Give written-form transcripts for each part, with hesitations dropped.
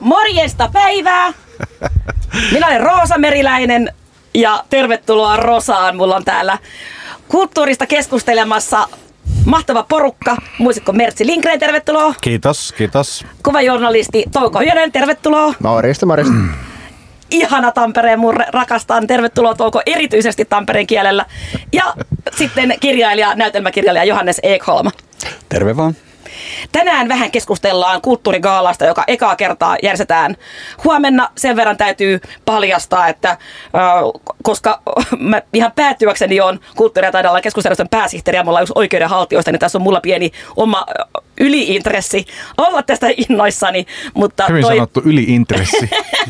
Morjesta päivää! Minä olen Roosa Meriläinen ja tervetuloa Rosaan. Mulla on täällä kulttuurista keskustelemassa mahtava porukka. Muusikko Mertsi Lindgren, tervetuloa. Kiitos, kiitos. Kuvajournalisti Touko Hyönen, tervetuloa. Morjesta. Ihana Tampereen murre, rakastan. Tervetuloa Touko, erityisesti tampereen kielellä. Ja sitten näytelmäkirjailija Johannes Ekholm. Terve vaan. Tänään vähän keskustellaan kulttuurigaalasta, joka ekaa kertaa järjestetään huomenna. Sen verran täytyy paljastaa, että koska mä ihan päättyäkseni on kulttuuri- ja taidealan keskusjärjestön pääsihteeri ja mulla on yksi oikeudenhaltijoista, niin tässä on mulla pieni oma yliintressi olla tästä innoissani. Mutta hyvin sanottu yliintressi.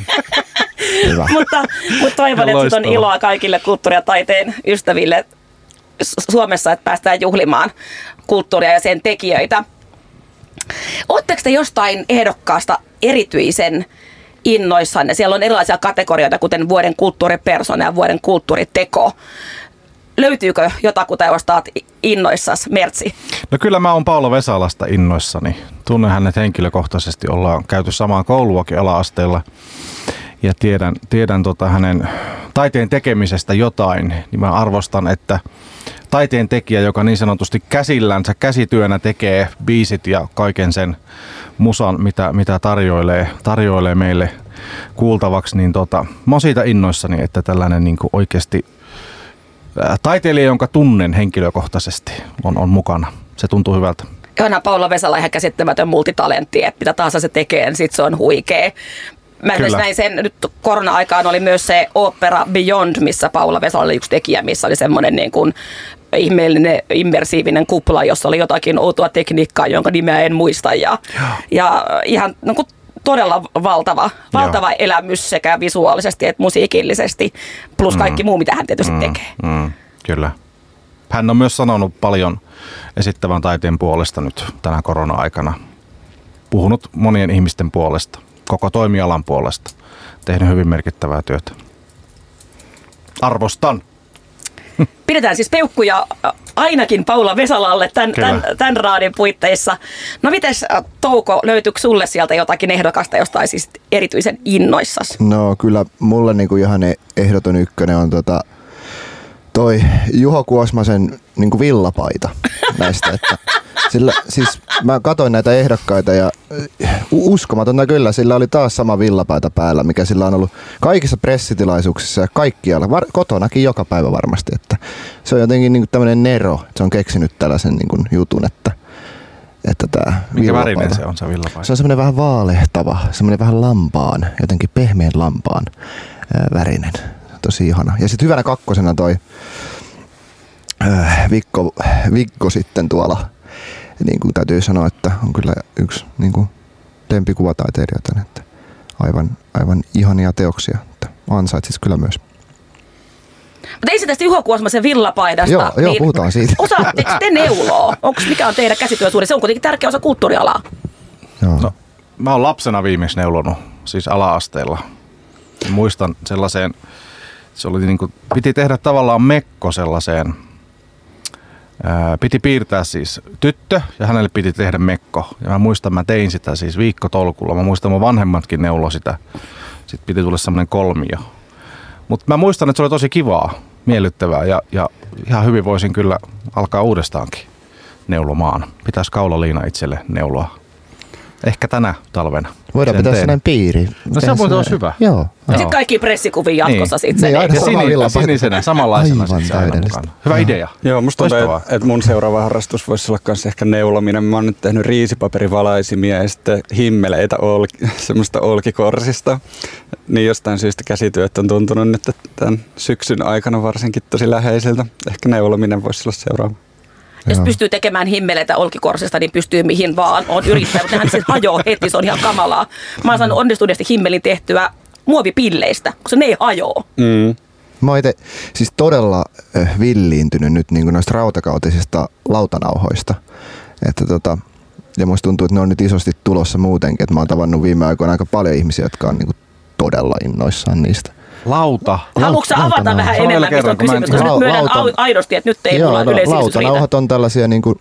mutta toivon, että sit on iloa kaikille kulttuuri- ja taiteen ystäville Suomessa, että päästään juhlimaan kulttuuria ja sen tekijöitä. Oletteko te jostain ehdokkaasta erityisen innoissanne? Siellä on erilaisia kategorioita, kuten vuoden kulttuuripersona ja vuoden kulttuuriteko. Löytyykö jotakuta, josta olet innoissasi, Mertsi? No kyllä mä oon Paula Vesalasta innoissani. Tunnen hänet henkilökohtaisesti, ollaan käyty samaa kouluakin ala-asteella. Ja tiedän hänen taiteen tekemisestä jotain, niin mä arvostan, että taiteen tekijä, joka niin sanotusti käsityönä tekee biisit ja kaiken sen musan, mitä tarjoilee meille kuultavaksi, niin mä oon siitä innoissani, että tällainen niin kuin oikeasti taiteilija, jonka tunnen henkilökohtaisesti, on mukana. Se tuntuu hyvältä. Onhan Paula Vesala ihan käsittämätön multitalentti, että mitä tahansa se tekee, niin sit se on huikea. Mä näin sen, nyt korona-aikaan oli myös se opera Beyond, missä Paula Vesala oli yksi tekijä, missä oli semmoinen niin kuin ihmeellinen, immersiivinen kupla, jossa oli jotakin outoa tekniikkaa, jonka nimeä en muista. Ja ihan no, todella valtava elämys sekä visuaalisesti että musiikillisesti, plus kaikki muu, mitä hän tietysti tekee. Kyllä. Hän on myös sanonut paljon esittävän taiteen puolesta nyt tänä korona-aikana. Puhunut monien ihmisten puolesta. Koko toimialan puolesta. Tehnyt hyvin merkittävää työtä. Arvostan. Pidetään siis peukkuja ainakin Paula Vesalalle tämän raadin puitteissa. No mites Touko, löytyykö sulle sieltä jotakin ehdokasta, jostain siis erityisen innoissasi? No kyllä mulle niinku ihan ehdoton ykkönen on toi Juho Kuosmasen niinku villapaita näistä, että sillä, siis mä katsoin näitä ehdokkaita ja uskomatonta kyllä, sillä oli taas sama villapaita päällä, mikä sillä on ollut kaikissa pressitilaisuuksissa ja kaikkialla, kotonakin joka päivä varmasti, että se on jotenkin niinku tämmönen nero, se on keksinyt tällaisen niinku jutun, että tää mikä värinen se on se villapaita? Se on semmoinen vähän vaalehtava, semmoinen vähän lampaan, jotenkin pehmeän lampaan värinen, tosi ihana. Ja sitten hyvänä kakkosena toi Viggo sitten tuolla, niin kuin täytyy sanoa, että on kyllä yksi niin kuin lempikuvataiteilijoita, että aivan ihania teoksia, että ansaitsis kyllä myös. Mutta ei se tästä Juho Kuosmasen villapaidasta. Joo, niin puhutaan siitä. Osaatteko te neuloa? Mikä on teidän käsityösuhde? Se on kuitenkin tärkeä osa kulttuurialaa. Joo. No, mä oon lapsena viimeksi neulonut, siis ala-asteella. Muistan sellaiseen, se oli niin kuin, piti tehdä tavallaan mekko sellaiseen. Piti piirtää siis tyttö ja hänelle piti tehdä mekko. Ja mä muistan, mä tein sitä siis viikkotolkulla. Mä muistan, mun vanhemmatkin neulo sitä. Sitten piti tulla semmoinen kolmio. Mutta mä muistan, että se oli tosi kivaa, miellyttävää ja ihan hyvin voisin kyllä alkaa uudestaankin neulomaan. Pitäisi kaulaliina itselle neuloa. Ehkä tänä talvena. Voidaan pitää sellainen piiri. No se olisi hyvä. Joo. Ja sitten kaikki pressikuvia jatkossa niin. sitten. Ja sinisenä, samanlaisena sitten mukana. Hyvä idea. Joo, musta tuntuu, että mun seuraava harrastus voisi olla myös ehkä neulominen. Mä oon nyt tehnyt riisipaperivalaisimia ja sitten himmeleitä semmoista olkikorsista. Niin jostain syystä käsityöt on tuntunut nyt tämän syksyn aikana varsinkin tosi läheisiltä. Ehkä neulominen voisi olla seuraava. Jos pystyy tekemään himmeleitä olkikorsista, niin pystyy mihin vaan. On yrittänyt, mutta nehän siis hajoaa heti, se on ihan kamalaa. Mä oon saanut onnistuneesti himmelin tehtyä muovipilleistä, koska ne ei hajoa. Mä oon itse siis todella villiintynyt nyt niin kuin noista rautakautisista lautanauhoista. Että ja musta tuntuu, että ne on nyt isosti tulossa muutenkin. Että mä oon tavannut viime aikoina aika paljon ihmisiä, jotka on niin kuin todella innoissaan niistä. Lauta. Haluatko sä avata vähän enemmän, mistä on kysymys, koska nyt myönnän aidosti, että nyt ei mulla yleisivitys riitä. Lautanauhat on tällaisia niinku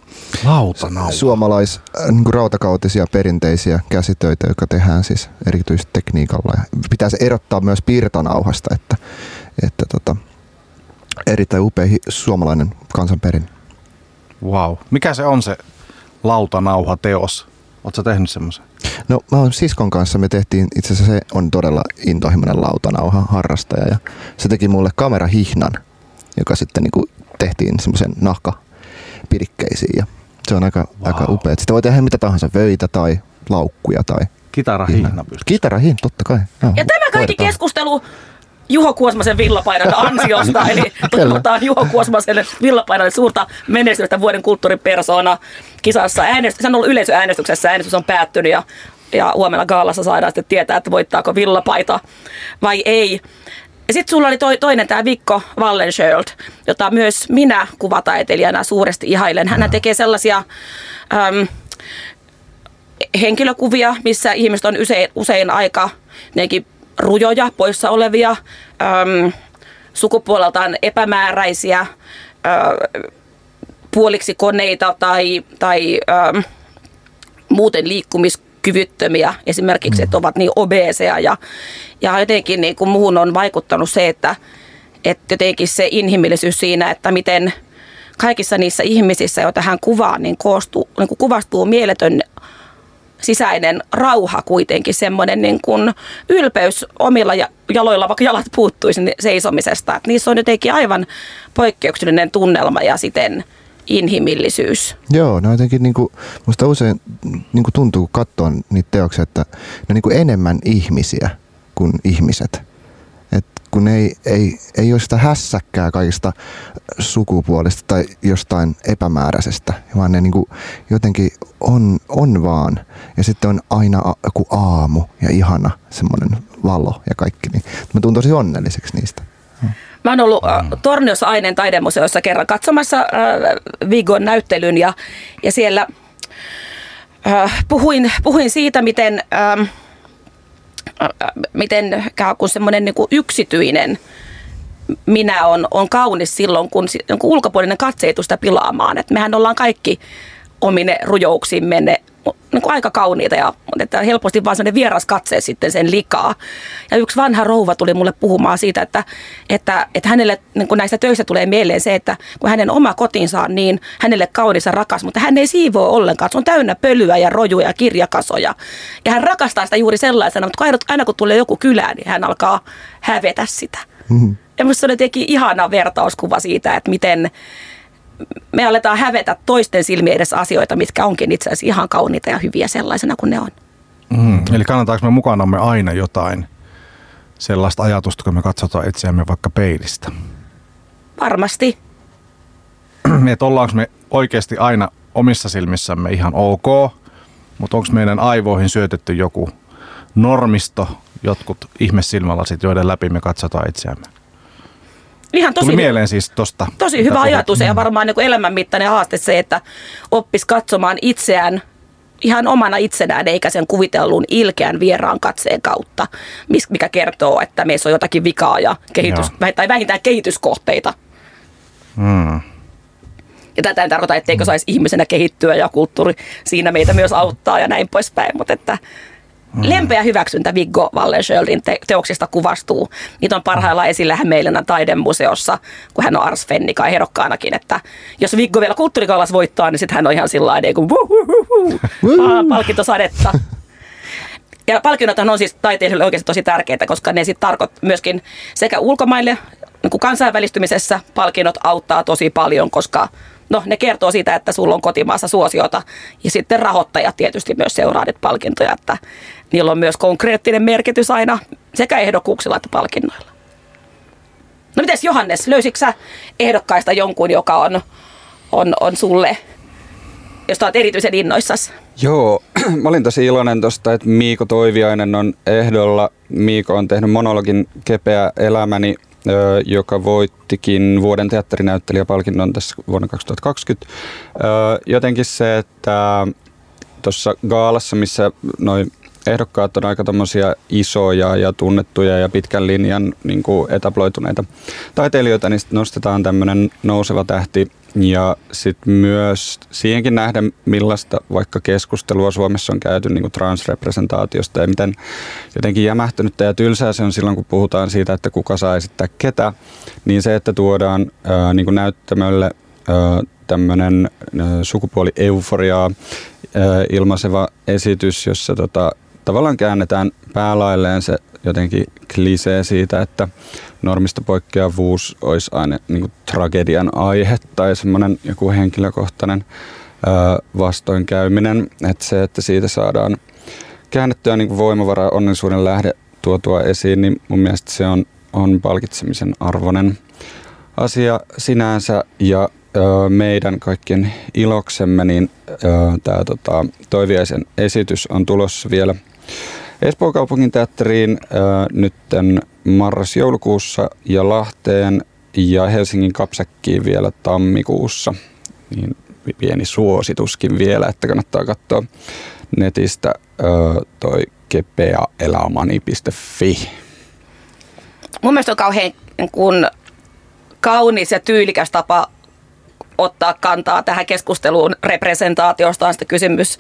niinku rautakautisia perinteisiä käsitöitä, jotka tehdään siis erityistekniikalla. Ja pitäisi erottaa myös piirtonauhasta, että erittäin upea suomalainen kansanperinne. Wow. Mikä se on se lautanauhateos? Oletko sä tehnyt semmoisen? No mä oon siskon kanssa, me tehtiin, itse asiassa se on todella intohimoinen lautanauha harrastaja ja se teki mulle kamerahihnan, joka sitten niinku tehtiin semmoisen nahkapidikkeisiin ja se on aika upea. Sitä voi tehdä mitä tahansa, vöitä tai laukkuja tai Kitarahihna pystyy. Kitarahihna, totta kai. No, ja tämä kaikki keskustelu Juho Kuosmasen villapaidan ansiosta, eli toivotaan Juho Kuosmaselle villapainalle suurta menestystä vuoden kulttuuripersona kisassa. Se on ollut yleisöäänestyksessä, äänestys on päättynyt ja huomenna gaalassa saadaan sitten tietää, että voittaako villapaita vai ei. Ja sitten sulla oli toinen tämä Viggo Wallenskiöld, jota myös minä kuvataiteilijana suuresti ihailen. Hän tekee sellaisia henkilökuvia, missä ihmiset on usein aika rujoja, poissa olevia, sukupuoleltaan epämääräisiä, puoliksi koneita tai muuten liikkumiskyvyttömiä esimerkiksi, että ovat niin obeeseja ja jotenkin niin kuin muuhun on vaikuttanut se, että jotenkin se inhimillisyys siinä, että miten kaikissa niissä ihmisissä, joita hän kuvaa, niin kuvastuu mieletön sisäinen rauha kuitenkin, semmoinen niin kuin ylpeys omilla jaloilla, vaikka jalat puuttuisi seisomisesta. Että niissä on jotenkin aivan poikkeuksellinen tunnelma ja siten inhimillisyys. Joo, no jotenkin musta usein tuntuu, kun katsoo niitä teoksia, että ne on enemmän ihmisiä kuin ihmiset. Et kun ei ole sitä hässäkkää kaikista sukupuolista tai jostain epämääräisestä, vaan ne jotenkin on vaan. Ja sitten on aina joku aamu ja ihana semmoinen valo ja kaikki. Niin mä tuun tosi onnelliseksi niistä. Mä oon ollut Torniossa Aineen taidemuseossa kerran katsomassa Viggon näyttelyn ja siellä puhuin siitä, miten kun semmoinen niin kuin yksityinen minä on kaunis silloin, kun ulkopuolinen katse ei tule sitä pilaamaan. Et mehän ollaan kaikki omine rujouksimme niin kuin aika kauniita, mutta helposti vaan sellainen vieras katse sitten sen likaa. Ja yksi vanha rouva tuli mulle puhumaan siitä, että hänelle niin kuin näistä töistä tulee mieleen se, että kun hänen oma kotinsa on niin hänelle kaunis ja rakas, mutta hän ei siivoo ollenkaan. Se on täynnä pölyä ja rojuja ja kirjakasoja. Ja hän rakastaa sitä juuri sellaisena, mutta aina kun tulee joku kylään, niin hän alkaa hävetä sitä. Mm-hmm. Ja minusta se oli jotenkin ihana vertauskuva siitä, että miten me aletaan hävetä toisten silmien edessä asioita, mitkä onkin itse asiassa ihan kauniita ja hyviä sellaisena kuin ne on. Eli kannattaako me mukanamme aina jotain sellaista ajatusta, kun me katsotaan itseämme vaikka peilistä? Varmasti. Että ollaanko me oikeasti aina omissa silmissämme ihan ok, mutta onko meidän aivoihin syötetty joku normisto, jotkut ihmesilmälasit, joiden läpi me katsotaan itseämme? Ihan tuli mieleen siis tosta. Tosi hyvä ajatus ja varmaan niin kuin elämänmittainen haaste se, että oppisi katsomaan itseään ihan omana itsenään eikä sen kuvitellun ilkeän vieraan katseen kautta, mikä kertoo, että meissä on jotakin vikaa ja tai vähintään kehityskohteita. Ja tätä en tarkoita, etteikö saisi ihmisenä kehittyä ja kulttuuri siinä meitä myös auttaa ja näin poispäin, mutta että lempeä hyväksyntä Viggo Wallenskioldin teoksista kuvastuu. Niitä on parhaillaan esillä Hämeenlinnan taidemuseossa, kun hän on Ars Fennikan ehdokkaanakin, että jos Viggo vielä kulttuurigaalassa voittaa, niin sitten hän on ihan sillainen kuin palkintosadetta. Ja palkinnothan on siis taiteilijoille oikeasti tosi tärkeitä, koska ne sitten myöskin sekä ulkomaille niin kuin kansainvälistymisessä palkinnot auttaa tosi paljon, koska ne kertoo siitä, että sulla on kotimaassa suosiota ja sitten rahoittajat tietysti myös seuraa niitä palkintoja, että niillä on myös konkreettinen merkitys aina sekä ehdokkuuksilla että palkinnoilla. No mites Johannes, löysitkö sä ehdokkaista jonkun, joka on sulle, josta olet erityisen innoissasi? Joo, mä olin tosi iloinen tosta, että Miiko Toiviainen on ehdolla. Miiko on tehnyt monologin Kepeä elämäni, joka voittikin vuoden teatterinäyttelijäpalkinnon tässä vuonna 2020. Jotenkin se, että tuossa gaalassa, missä noi ehdokkaat on aika tommosia isoja ja tunnettuja ja pitkän linjan niin kuin etabloituneita taiteilijoita, niin nostetaan tämmöinen nouseva tähti. Ja sitten myös siihenkin nähdä, millaista vaikka keskustelua Suomessa on käyty niin kuin transrepresentaatiosta ja miten jotenkin jämähtynyttä ja tylsää se on silloin, kun puhutaan siitä, että kuka saa esittää ketä, niin se, että tuodaan niin kuin näyttämölle tämmöinen sukupuolieuforiaa ilmaiseva esitys, jossa tavallaan käännetään päälailleen se jotenkin klisee siitä, että normista poikkeavuus olisi aina niin kuin tragedian aihe tai semmoinen joku henkilökohtainen vastoinkäyminen. Että se, että siitä saadaan käännettyä niin kuin voimavaraa, onnellisuuden lähde tuotua esiin, niin mun mielestä se on palkitsemisen arvoinen asia sinänsä. Ja meidän kaikkien iloksemme, niin tämä Toiviaisen esitys on tulossa vielä Espoon kaupunginteatteriin nytten marras-joulukuussa ja Lahteen ja Helsingin Kapsäkkiin vielä tammikuussa. Niin pieni suosituskin vielä, että kannattaa katsoa netistä toi kepeaelämani.fi. Mun mielestä on kauhean kaunis ja tyylikäs tapa ottaa kantaa tähän keskusteluun representaatiosta. On sitten kysymys,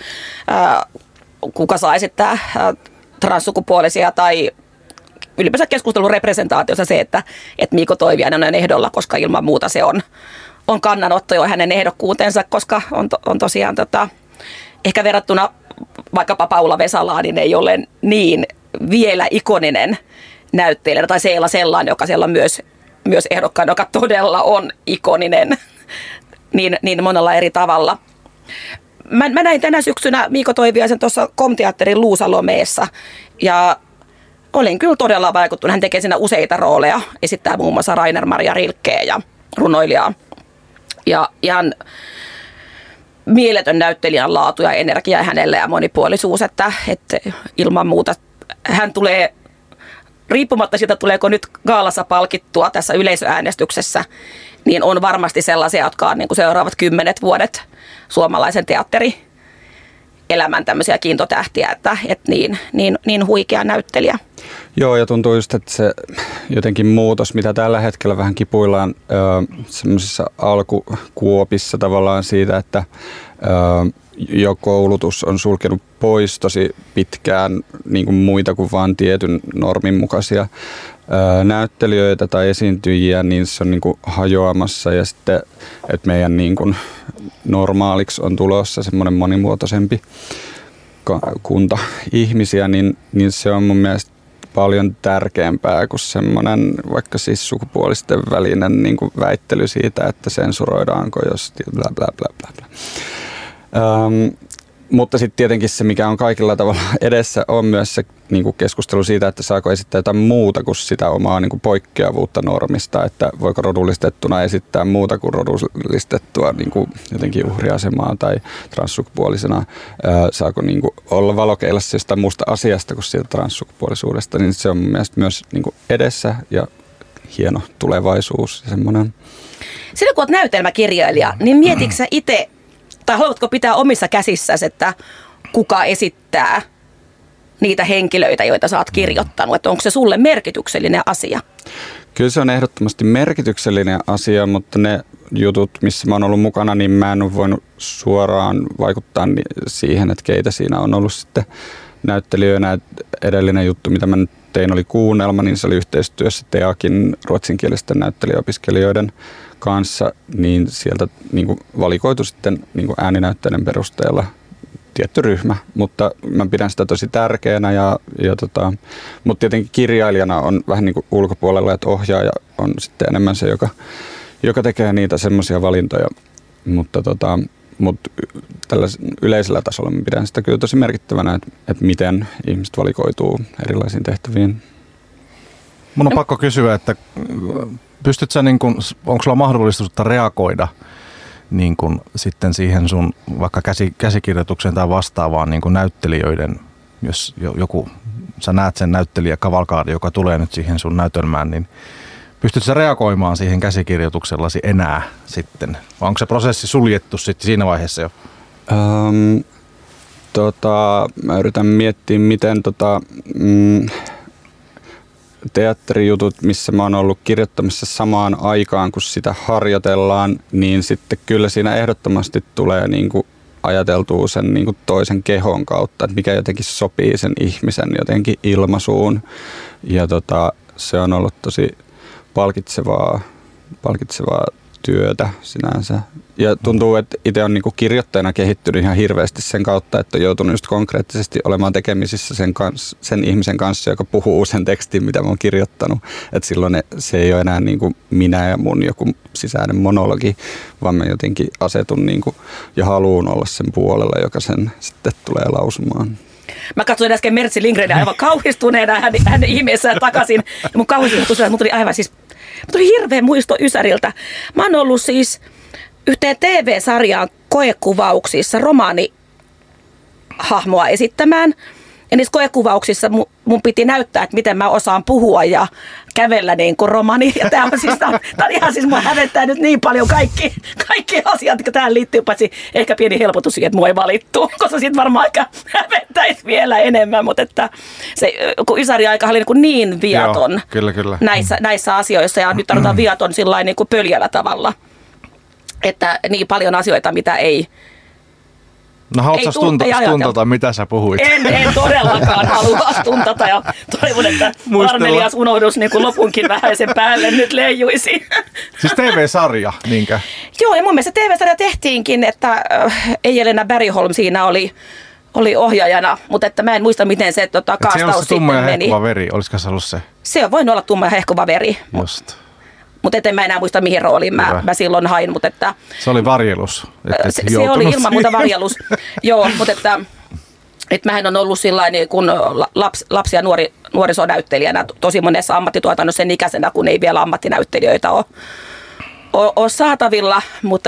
kuka saa esittää transsukupuolisia tai ylipäänsä keskustelun representaatiossa se, että Miiko Toiviainen on ehdolla, koska ilman muuta se on kannanotto jo hänen ehdokkuutensa, koska on tosiaan ehkä verrattuna vaikkapa Paula Vesalaan, niin ei ole niin vielä ikoninen näyttelijä tai sellainen, joka siellä on myös ehdokkaan, joka todella on ikoninen niin monella eri tavalla. Mä näin tänä syksynä Miiko Toiviaisen tuossa Komteatterin Luusalomeessa ja olin kyllä todella vaikuttunut. Hän tekee siinä useita rooleja, esittää muun muassa Rainer Maria Rilkeä ja runoilijaa. Ja ihan mieletön näyttelijän laatu ja energia hänelle ja monipuolisuus, että ilman muuta hän tulee, riippumatta siitä tuleeko nyt gaalassa palkittua tässä yleisöäänestyksessä, niin on varmasti sellaisia, jotka on niin kuin seuraavat 10 vuodet suomalaisen teatterielämän tämmöisiä kiintotähtiä, että niin huikea näyttelijä. Joo, ja tuntuu just, että se jotenkin muutos, mitä tällä hetkellä vähän kipuillaan semmoisissa alkukuopissa tavallaan siitä, että jo koulutus on sulkenut pois tosi pitkään niin kuin muita kuin vain tietyn normin mukaisia näyttelijöitä tai esiintyjiä, niin se on niin kuin hajoamassa ja sitten, että meidän niin kuin normaaliksi on tulossa semmoinen monimuotoisempi kunta ihmisiä, niin se on mun mielestä paljon tärkeämpää kuin semmoinen vaikka siis sukupuolisten välinen niin kuin väittely siitä, että sensuroidaanko jos bla bla bla bla bla. Mutta sitten tietenkin se, mikä on kaikilla tavalla edessä, on myös se niin kuin keskustelu siitä, että saako esittää jotain muuta kuin sitä omaa niin kuin poikkeavuutta normista, että voiko rodullistettuna esittää muuta kuin rodullistettua niin kuin jotenkin uhriasemaa tai transsukupuolisena, saako niin kuin olla valokeilassa jostain muusta asiasta kuin siitä transsukupuolisuudesta, niin se on mun mielestä myös niin kuin edessä ja hieno tulevaisuus ja semmoinen. Silloin kun olet näytelmäkirjailija, niin mietitkö sä itse, tai haluatko pitää omissa käsissäsi, että kuka esittää niitä henkilöitä, joita sä oot kirjoittanut? Että onko se sulle merkityksellinen asia? Kyllä se on ehdottomasti merkityksellinen asia, mutta ne jutut, missä mä oon ollut mukana, niin mä en ole voinut suoraan vaikuttaa siihen, että keitä siinä on ollut sitten näyttelijöinä. Edellinen juttu, mitä mä nyt tein, oli Kuunnelma, niin se oli yhteistyössä TEAKin ruotsinkielisten näyttelijäopiskelijoiden kanssa, niin sieltä niin kuin valikoitu sitten niin kuin ääninäytteiden perusteella tietty ryhmä, mutta mä pidän sitä tosi tärkeänä mutta tietenkin kirjailijana on vähän niin kuin ulkopuolella, että ohjaaja on sitten enemmän se, joka tekee niitä semmoisia valintoja, mutta tällä yleisellä tasolla mä pidän sitä kyllä tosi merkittävänä, että miten ihmiset valikoituu erilaisiin tehtäviin. Mun on pakko kysyä, että pystyt sä, niin kun, onko sulla mahdollisuutta reagoida niin kun sitten siihen sun vaikka käsikirjoitukseen tai vastaavaan niin kun näyttelijöiden, jos sä näet sen näyttelijäkavalkaadin, joka tulee nyt siihen sun näytelmään, niin pystyt sä reagoimaan siihen käsikirjoituksellasi enää sitten? Vai onko se prosessi suljettu sitten siinä vaiheessa jo? Mä yritän miettiä, miten teatterijutut, missä mä oon ollut kirjoittamassa samaan aikaan, kun sitä harjoitellaan, niin sitten kyllä siinä ehdottomasti tulee niin kuin ajateltua sen niin kuin toisen kehon kautta, että mikä jotenkin sopii sen ihmisen jotenkin ilmaisuun. Ja se on ollut tosi palkitsevaa työtä sinänsä. Ja tuntuu, että itse on niinku kirjoittajana kehittynyt ihan hirveästi sen kautta, että on joutunut just konkreettisesti olemaan tekemisissä sen ihmisen kanssa, joka puhuu sen tekstin, mitä mä oon kirjoittanut. Että silloin se ei ole enää niinku minä ja mun joku sisäinen monologi, vaan mä jotenkin asetun niinku ja haluun olla sen puolella, joka sen sitten tulee lausumaan. Mä katsoin äsken Mertsi Lindgrenin aivan kauhistuneena hänen ihmeessään takaisin. Ja mun tuli aivan siis, tuli hirveä muisto Ysäriltä. Mä oon ollut siis yhteen TV-sarjaan koekuvauksissa romaanihahmoa esittämään. Ja niissä koekuvauksissa mun piti näyttää, että miten mä osaan puhua ja kävellä niin kuin romani. Ja tää on ihan siis mua hävettää nyt niin paljon kaikki asiat, jotka tähän liittyy, paitsi ehkä pieni helpotus siihen, että mua ei valittu, koska siitä varmaan aika hävettäisi vielä enemmän. Mutta että se, kun Ysäri-aika oli niin viaton. Joo, kyllä. Näissä asioissa, ja nyt tarvitaan viaton sillain niin kuin pöljällä tavalla. Että niin paljon asioita, mitä ei... No haluatko stuntata, mitä sä puhuit? En todellakaan halua stuntata, ja toivon, että armelias unohdus niin kuin lopunkin vähäisen päälle nyt leijuisi. Siis TV-sarja, niinkö? Joo, ja mun mielestä TV-sarja tehtiinkin, että Ei-Elena Bergholm siinä oli ohjaajana, mutta että mä en muista, miten se kaastaus sitten tumma ja meni. hehkuva veri, olisiko se ollut se? Se on voinut olla tumma ja hehkuva veri. Just. Mutta en mä enää muista, mihin rooliin mä silloin hain. Mutta että, se oli varjelus. Se oli ilman muuta varjelus. Joo, mutta että mähän on ollut sillain niin kuin lapsi- ja nuorisonäyttelijänä tosi monessa ammattituotannossa sen ikäisenä, kun ei vielä ammattinäyttelijöitä ole saatavilla. Mutta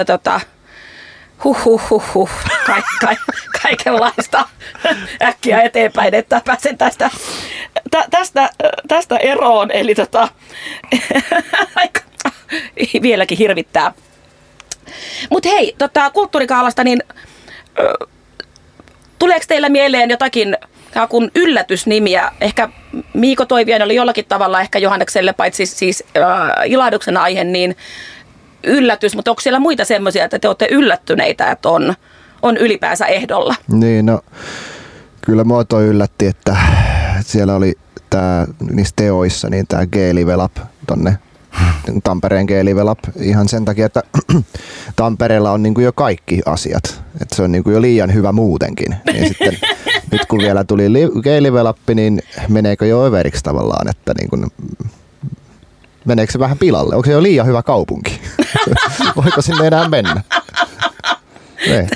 kaikenlaista äkkiä eteenpäin, että pääsen tästä eroon. Eli vieläkin hirvittää. Mutta hei, kulttuurikaalasta, niin tuleeko teillä mieleen jotakin kun yllätysnimiä? Ehkä Miiko Toiviainen oli jollakin tavalla ehkä Johannekselle, paitsi siis ilahduksen aihe, niin yllätys, mutta onko siellä muita semmoisia, että te olette yllättyneitä, että on ylipäänsä ehdolla? Niin, no kyllä mua toi yllätti, että siellä oli niissä teoissa niin tämä G-Live Lab tonne Tampereen G-Live Lab ihan sen takia, että Tampereella on niinku jo kaikki asiat. Että se on niinku jo liian hyvä muutenkin. Niin sitten, nyt kun vielä tuli G-Live Lab, niin meneekö jo överiksi tavallaan, että niinku, meneekö se vähän pilalle? Onko se jo liian hyvä kaupunki? Voiko sinne enää mennä? Ei.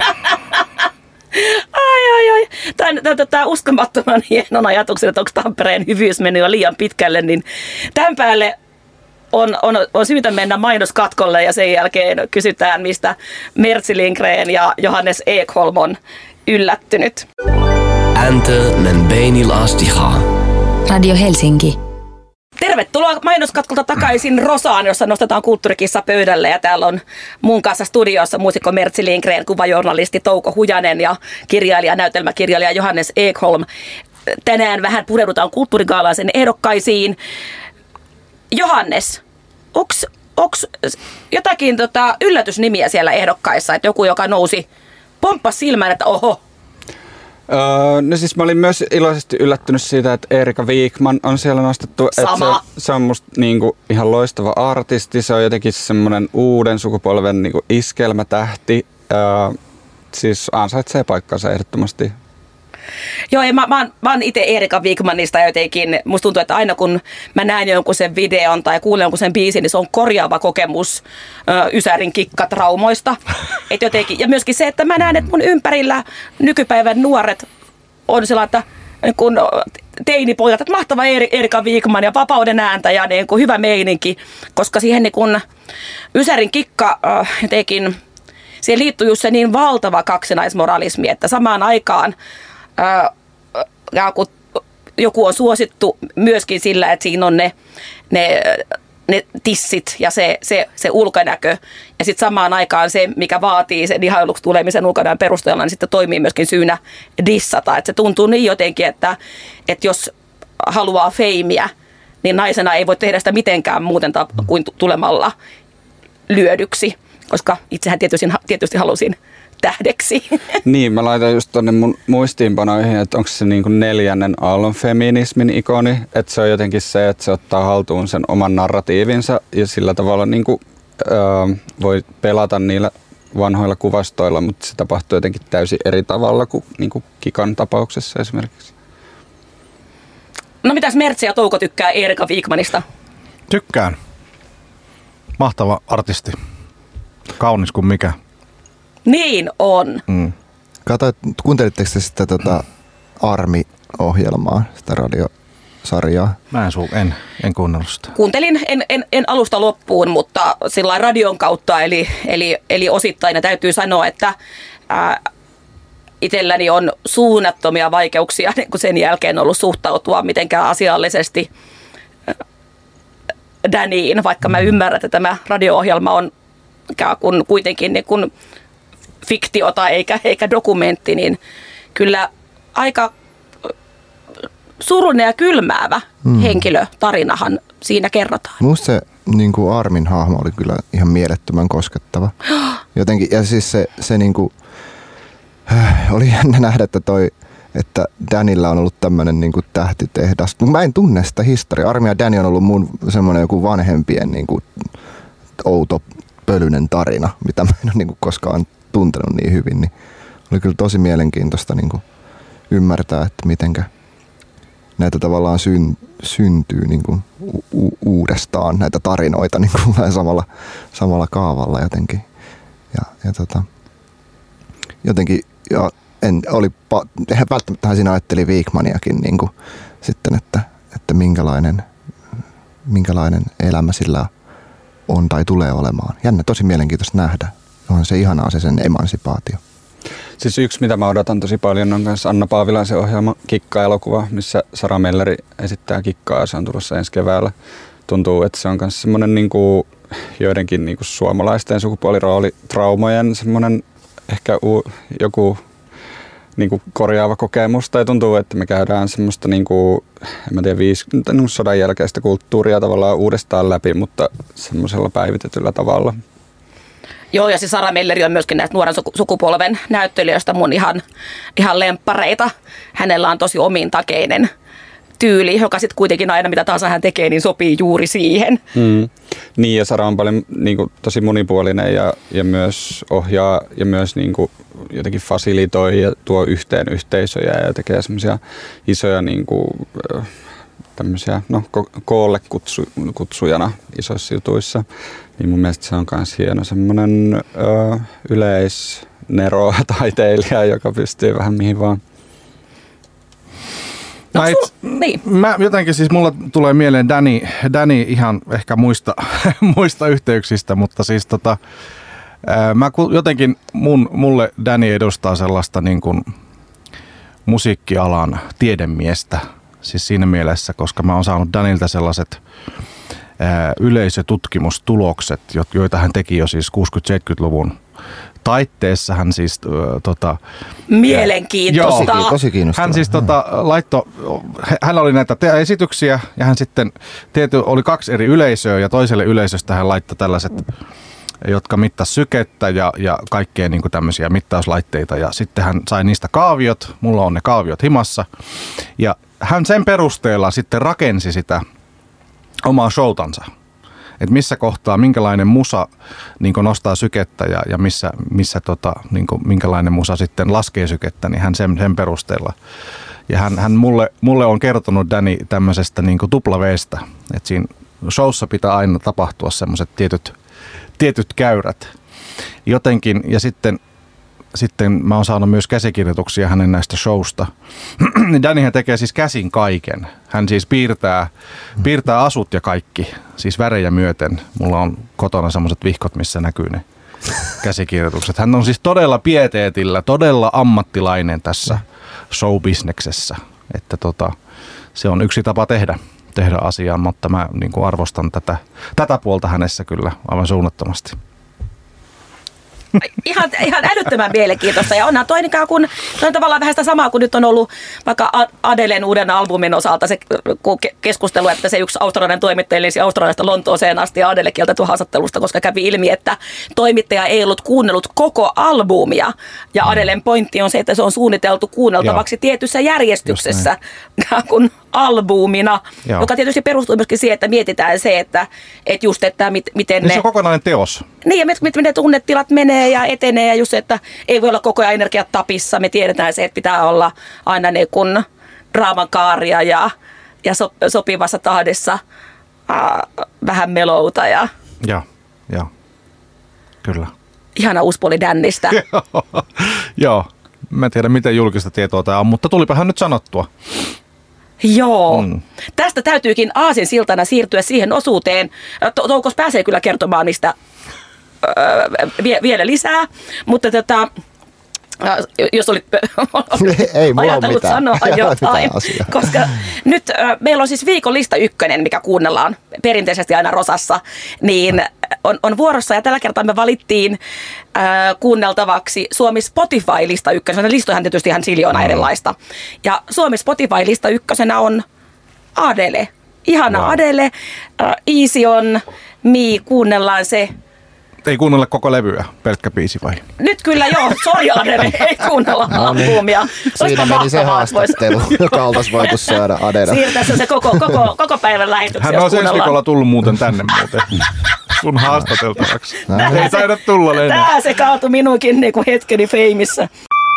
Ai. Tämä uskomattoman hienon ajatuksen, että onko Tampereen hyvyys mennyt jo liian pitkälle, niin tämän päälle on syytä mennä mainoskatkolle ja sen jälkeen kysytään, mistä Mertsi Lindgren ja Johannes Ekholm on yllättynyt. Enter men beinil astiha. Radio Helsinki. Tervetuloa mainoskatkolta takaisin Rosaan, jossa nostetaan kulttuurikissa pöydälle. Ja täällä on mun kanssa studiossa muusikko Mertsi Lindgren, kuvajournalisti Touko Hujanen ja näytelmäkirjailija Johannes Ekholm. Tänään vähän pureudutaan kulttuurigaalaisen ehdokkaisiin. Johannes, onko jotakin yllätysnimiä siellä ehdokkaissa, että joku, joka nousi, pomppasi silmään, että oho? No siis mä olin myös iloisesti yllättynyt siitä, että Erika Wigman on siellä nostettu. Sama. Se on musta niinku ihan loistava artisti. Se on jotenkin semmoinen uuden sukupolven niinku iskelmätähti. Siis ansaitsee paikkansa ehdottomasti. Joo, ja mä oon itse Erika Wigmanista jotenkin. Musta tuntuu, että aina kun mä näen jonkun sen videon tai kuulen jonkun sen biisin, niin se on korjaava kokemus Ysärin kikkatraumoista. Et jotenkin, ja myöskin se, että mä näen, että mun ympärillä nykypäivän nuoret on sellainen, että kun teinipojat, että mahtava Erika Wigman ja vapauden ääntä ja niin kuin hyvä meininki, koska siihen niin kun Ysärin kikka jotenkin, siihen liittyy just se niin valtava kaksinaismoralismi, että samaan aikaan kun joku on suosittu myöskin sillä, että siinä on ne ne tissit ja se ulkonäkö. Ja sitten samaan aikaan se, mikä vaatii sen ihailuksi tulemisen ulkonäön perusteella, niin sitten toimii myöskin syynä dissata. Et se tuntuu niin jotenkin, että jos haluaa feimiä, niin naisena ei voi tehdä sitä mitenkään muuten kuin tulemalla lyödyksi, koska itsehän tietysti halusin tähdeksi. Niin, mä laitan just tonne mun muistiinpanoihin, että onko se niin kuin 4. aallon feminismin ikoni, että se on jotenkin se, että se ottaa haltuun sen oman narratiivinsa ja sillä tavalla niin kuin, voi pelata niillä vanhoilla kuvastoilla, mutta se tapahtuu jotenkin täysin eri tavalla kuin, Kikan tapauksessa esimerkiksi. No mitäs Mertsi ja Touko tykkää Erika Wigmanista? Tykkään. Mahtava artisti. Kaunis kuin mikä. Niin on. Kuuntelitteko te sitä Armi-ohjelmaa, sitä radiosarjaa? Mä en kuunnellut sitä. Kuuntelin, en alusta loppuun, mutta sillä radion kautta, eli osittain. Ja täytyy sanoa, että itselläni on suunnattomia vaikeuksia niin kuin sen jälkeen ollut suhtautua mitenkään asiallisesti Dannyin, vaikka mä ymmärrän, että tämä radio-ohjelma on kuitenkin niin kuin fiktiota eikä dokumentti, niin kyllä aika surullinen ja kylmäävä henkilötarinahan siinä kerrotaan. Minusta se niin kuin Armin hahmo oli kyllä ihan mielettömän koskettava. Jotenkin, ja siis se niin kuin, oli jännä nähdä, että Dannyllä on ollut tämmöinen niin kuin tähtitehdas. Mä en tunne sitä historiaa. Armi ja Danny on ollut mun semmoinen joku vanhempien niin kuin outo pölyinen tarina, mitä mä en ole niin kuin koskaan tuntenut niin hyvin. Niin oli kyllä tosi mielenkiintoista niin kuin ymmärtää, että mitenkä näitä tavallaan syntyy niin kuin uudestaan näitä tarinoita niin kuin samalla kaavalla jotenkin. Jotenkin välttämättä siinä ajatteli Wigmaniakin niin kuin sitten, että minkälainen elämä sillä on tai tulee olemaan. Jännä, tosi mielenkiintoista nähdä. On se ihanaa se sen emansipaatio. Siis yksi, mitä mä odotan tosi paljon, on myös Anna Paavilaisen ohjelma Kikka-elokuva, missä Sara Melleri esittää Kikkaa ja se on tulossa ensi keväällä. Tuntuu, että se on myös semmoinen niinku, joidenkin niinku suomalaisten sukupuoliroolitraumojen semmoinen ehkä joku niinku korjaava kokemus. Tai tuntuu, että me käydään semmoista niinku, en mä tiedä, sodan jälkeistä kulttuuria tavallaan uudestaan läpi, mutta semmoisella päivitetyllä tavalla. Joo, ja siis Sara Melleri on myöskin näistä nuoren sukupolven näyttelijöistä mun ihan lemppareita. Hänellä on tosi omintakeinen tyyli, joka sitten kuitenkin aina mitä tahansa hän tekee, niin sopii juuri siihen. Niin, ja Sara on paljon niin kuin, tosi monipuolinen ja myös ohjaa ja myös niin kuin, jotenkin fasilitoi ja tuo yhteen yhteisöjä ja tekee semmoisia isoja niin kuin, tämmöisiä, koolle kutsujana isoissa jutuissa. Niin mun mielestä se on myös hieno semmoinen yleisnero-taiteilija, joka pystyy vähän mihin vaan. Mä jotenkin siis mulla tulee mieleen Danny ihan ehkä muista yhteyksistä, mutta siis mä jotenkin mulle Danny edustaa sellaista niin kuin musiikkialan tiedemiestä, siis siinä mielessä, koska mä oon saanut Dannyltä sellaiset yleisötutkimustulokset, joita hän teki jo siis 60-70-luvun taitteessa. Hän siis mielenkiintoista. Tosi kiinnostavaa. Hän siis hän oli näitä esityksiä ja hän sitten oli 2 eri yleisöä ja toiselle yleisöstä hän laittoi tällaiset, jotka mittasi sykettä ja kaikkea niin kuin tämmöisiä mittauslaitteita ja sitten hän sai niistä kaaviot. Mulla on ne kaaviot himassa ja hän sen perusteella sitten rakensi sitä omaa showtansa. Että missä kohtaa, minkälainen musa niin nostaa sykettä ja missä niin minkälainen musa sitten laskee sykettä, niin hän sen perusteella. Ja hän mulle on kertonut Danny tämmöisestä niin tuplaveestä, että siinä showssa pitää aina tapahtua semmoiset tietyt käyrät. Jotenkin, ja sitten mä oon saanut myös käsikirjoituksia hänen näistä showsta. Dannyhän tekee siis käsin kaiken. Hän siis piirtää asut ja kaikki, siis värejä myöten. Mulla on kotona semmoiset vihkot, missä näkyy ne käsikirjoitukset. Hän on siis todella pieteetillä, todella ammattilainen tässä show-bisneksessä. Että se on yksi tapa tehdä tehdä asiaan, mutta mä niin kuin arvostan tätä puolta hänessä kyllä aivan suunnattomasti. Ihan älyttömän mielenkiintoista. Ja onhan toi on tavallaan vähän sitä samaa kuin nyt on ollut vaikka Adelen uuden albumin osalta se keskustelu, että se yksi australialainen toimittaja eli Australiasta Lontooseen asti ja Adele kieltäytyi haastattelusta, koska kävi ilmi, että toimittaja ei ollut kuunnellut koko albumia. Ja Adelen pointti on se, että se on suunniteltu kuunneltavaksi tietyssä järjestyksessä kuin albumina, joka tietysti perustuu myöskin siihen, että mietitään se, että miten niin se on kokonainen teos. Niin, ja miten ne tunnetilat menee ja etenee, ja just se, että ei voi olla koko ajan energiat tapissa. Me tiedetään se, että pitää olla aina niin kuin draaman kaaria ja sopivassa tahdissa vähän melouta. Joo, kyllä. Ihana uuspuoli Dannista. Joo, mä en tiedä miten julkista tietoa tämä on, mutta tulipahan nyt sanottua. Joo. Tästä täytyykin aasinsiltana siirtyä siihen osuuteen. Toukos pääsee kyllä kertomaan niistä vielä lisää, mutta jos olit ajatellut sanoa jotain, koska nyt meillä on siis viikon lista 1, mikä kuunnellaan perinteisesti aina Rosassa, niin on vuorossa ja tällä kertaa me valittiin kuunneltavaksi Suomi Spotify-lista 1. Listoihan tietysti ihan siljoona erilaista. Ja Suomi Spotify-lista 1 on Adele. Ihana Adele. Easy on Me, kuunnellaan se. Ei kuunnella koko levyä, pelkkä biisi vai? Nyt kyllä joo, sori Adele, ei kuunnella albumia. Siinä meni se haastattelu, joka oltaisiin voitu saada Adele. Siirtäisi se koko päivän lähetyksiä. Hän on ensi viikolla tullut muuten tänne muuten. Sun haastateltavaksi. Ei taida tulla Leena. Tää se kaatui minunkin niin kuin hetkeni feimissä.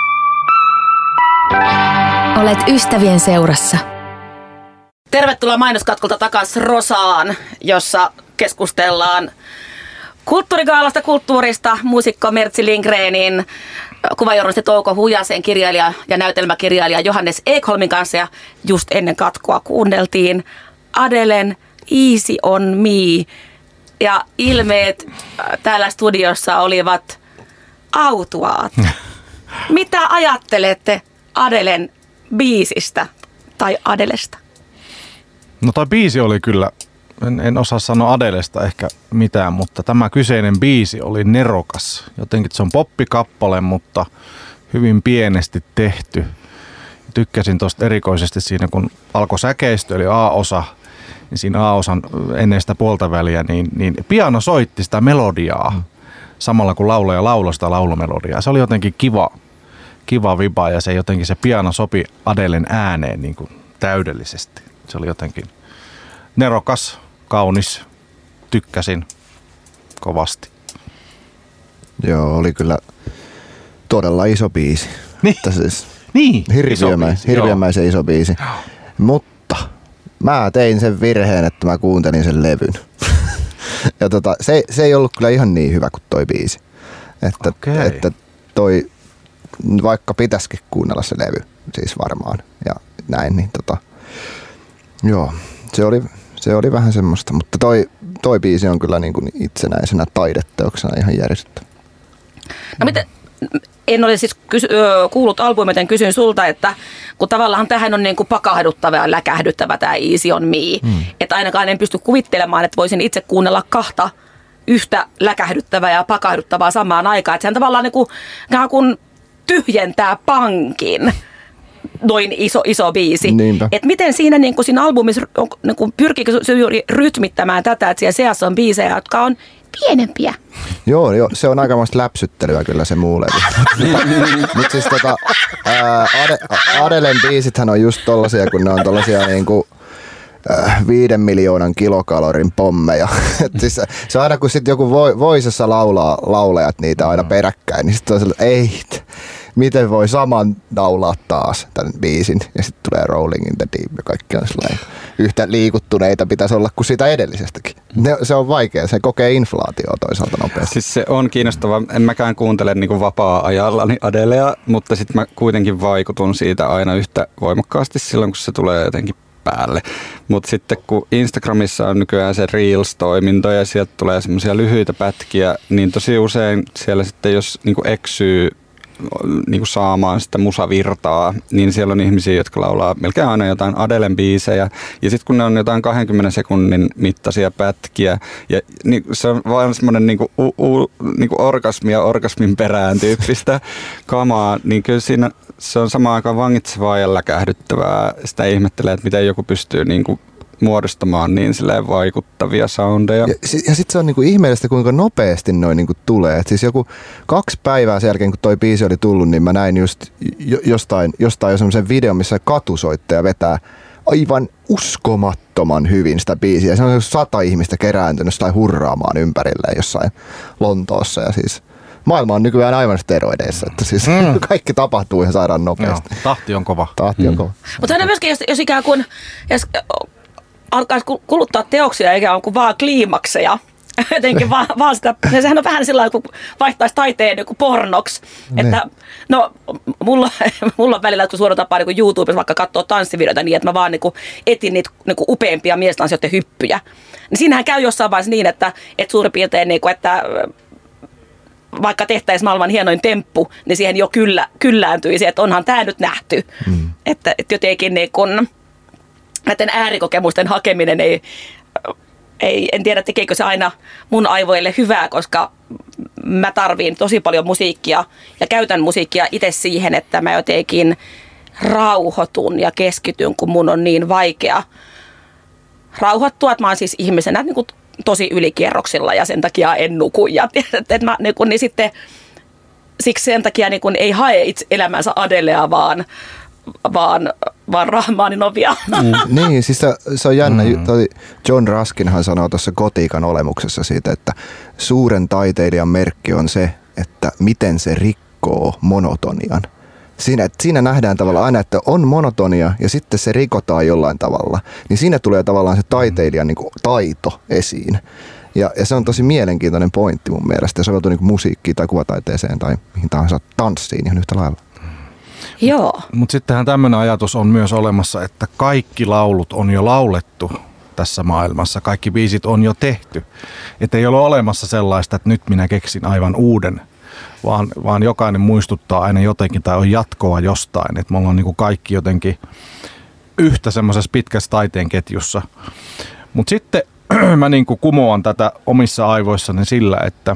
Olet ystävien seurassa. Tervetuloa mainoskatkolta takaisin Rosaan, jossa keskustellaan kulttuurigaalasta, kulttuurista, muusikko Mertsi Lindgrenin, kuvajournalisti Touko Hujasen, kirjailija ja näytelmäkirjailija Johannes Ekholmin kanssa. Ja just ennen katkoa kuunneltiin Adelen Easy on Me. Ja ilmeet täällä studiossa olivat autuaat. Mitä ajattelette Adelen biisistä tai Adelesta? No toi biisi oli kyllä, en osaa sanoa Adelesta ehkä mitään, mutta tämä kyseinen biisi oli nerokas. Jotenkin se on poppikappale, mutta hyvin pienesti tehty. Tykkäsin tuosta erikoisesti siinä, kun alkoi säkeistö, eli A-osa, niin siinä A-osan ennen sitä puolta väliä, niin piano soitti sitä melodiaa samalla kun laulaja lauloi sitä laulumelodiaa. Se oli jotenkin kiva viba ja se piano sopi Adelen ääneen niin kuin täydellisesti. Se oli jotenkin nerokas, kaunis, tykkäsin kovasti. Joo, oli kyllä todella iso biisi. Niin, hirviömäisen iso biisi. Mutta mä tein sen virheen, että mä kuuntelin sen levyn. Ja se ei ollut kyllä ihan niin hyvä kuin toi biisi. Että toi, vaikka pitäisikin kuunnella se levy, siis varmaan, ja näin, niin joo, se oli vähän semmoista, mutta toi biisi on kyllä niin kuin itsenäisenä taideteoksena ihan järjestetty. No miten, en ole siis kuullut albumia, joten kysyn sulta, että kun tavallaan tähän on niin kuin pakahduttava ja läkähdyttävä tämä Easy on Me, että ainakaan en pysty kuvittelemaan, että voisin itse kuunnella kahta yhtä läkähdyttävää ja pakahduttavaa samaan aikaan, että sehän tavallaan niin kuin tyhjentää pankin. Noin iso biisi. Et miten siinä, niin siinä albumissa niin pyrkiikö se juuri rytmittämään tätä, että siellä seassa on biisejä, jotka on pienempiä? Joo, se on aikamoista läpsyttelyä kyllä se muu levy. Mutta siis Adelen biisithän on just tollasia, kun ne on tollasia niinku 5 miljoonan kilokalorin pommeja. Siis se on aina, kun sit joku Voisessa laulaa laulajat niitä aina peräkkäin, niin sit on sellainen, ei, miten voi saman laulaa taas tämän biisin. Ja sitten tulee Rolling in the Deep ja kaikki on sellainen. Yhtä liikuttuneita pitäisi olla kuin sitä edellisestäkin. Se on vaikea, se kokee inflaatioa toisaalta nopeasti. Siis se on kiinnostava. En mäkään kuuntele niinku vapaa-ajallani Adelea, mutta sitten mä kuitenkin vaikutun siitä aina yhtä voimakkaasti silloin, kun se tulee jotenkin päälle. Mutta sitten kun Instagramissa on nykyään se Reels-toiminto ja sieltä tulee semmoisia lyhyitä pätkiä, niin tosi usein siellä sitten jos niinku eksyy niin kuin saamaan sitä musavirtaa, niin siellä on ihmisiä, jotka laulaa melkein aina jotain Adelen biisejä. Ja sitten kun ne on jotain 20 sekunnin mittaisia pätkiä, ja niin se on vaan semmoinen niin kuin orgasmi ja orgasmin perään tyyppistä kamaa, niin kyllä siinä se on samaan aikaan vangitsevaa ja läkähdyttävää. Sitä ihmettelee, että miten joku pystyy niin kuin muodostamaan niin silleen vaikuttavia soundeja. Ja sitten se on niinku ihmeellistä, kuinka nopeasti noin niinku tulee. Et siis joku 2 päivää sen jälkeen, kun toi biisi oli tullut, niin mä näin just jostain jo semmoisen videon, missä katusoittaja vetää aivan uskomattoman hyvin sitä biisiä. Se on 100 ihmistä kerääntynyt tai hurraamaan ympärilleen jossain Lontoossa. Ja siis maailma on nykyään aivan steroideissa, että siis kaikki tapahtuu ihan sairaan nopeasti. Joo, tahti on kova. Tahti on kova. Mutta aina myöskin, jos ikään kuin alkaisi kuluttaa teoksia ikään kuin vaan kliimakseja, jotenkin vaan sitä, sehän on vähän sillä kun vaihtaisi taiteen joku pornoksi, että no mulla on välillä suora tapa niin YouTubessa vaikka katsoa tanssivideoita niin, että mä vaan niin etin niitä niin upeimpia miestanssijoiden hyppyjä. Niin siinähän käy jossain vaiheessa niin, että suurin piirtein, niin kuin, että vaikka tehtäisiin maailman hienoin temppu, niin siihen jo kyllääntyisi, että onhan tämä nyt nähty. Että jotenkin niin kun näiden äärikokemusten hakeminen en tiedä tekeekö se aina mun aivoille hyvää, koska mä tarviin tosi paljon musiikkia ja käytän musiikkia itse siihen, että mä jotenkin rauhoitun ja keskityn, kun mun on niin vaikea rauhoittua, että mä oon siis ihmisenä niin kuin tosi ylikierroksilla ja sen takia en nuku. Ja että mä, niin sitten, siksi sen takia niin ei hae itse elämänsä Adelea, vaan Rahmaninovia. Niin, siis se on jännä. John Ruskinhan sanoo tuossa Gotiikan olemuksessa siitä, että suuren taiteilijan merkki on se, että miten se rikkoo monotonian. Siinä nähdään tavallaan aina, että on monotonia ja sitten se rikotaan jollain tavalla. Niin siinä tulee tavallaan se taiteilijan niin kuin taito esiin. Ja se on tosi mielenkiintoinen pointti mun mielestä. Ja soveltuu niin kuin musiikkiin tai kuvataiteeseen tai mihin tahansa tanssiin ihan yhtä lailla. Joo. Mutta sittenhän tämmöinen ajatus on myös olemassa, että kaikki laulut on jo laulettu tässä maailmassa. Kaikki biisit on jo tehty. Että ei ole olemassa sellaista, että nyt minä keksin aivan uuden, vaan jokainen muistuttaa aina jotenkin tai on jatkoa jostain. Että me ollaan niinku kaikki jotenkin yhtä semmoisessa pitkässä taiteen ketjussa. Mutta sitten mä niinku kumoan tätä omissa aivoissani sillä, että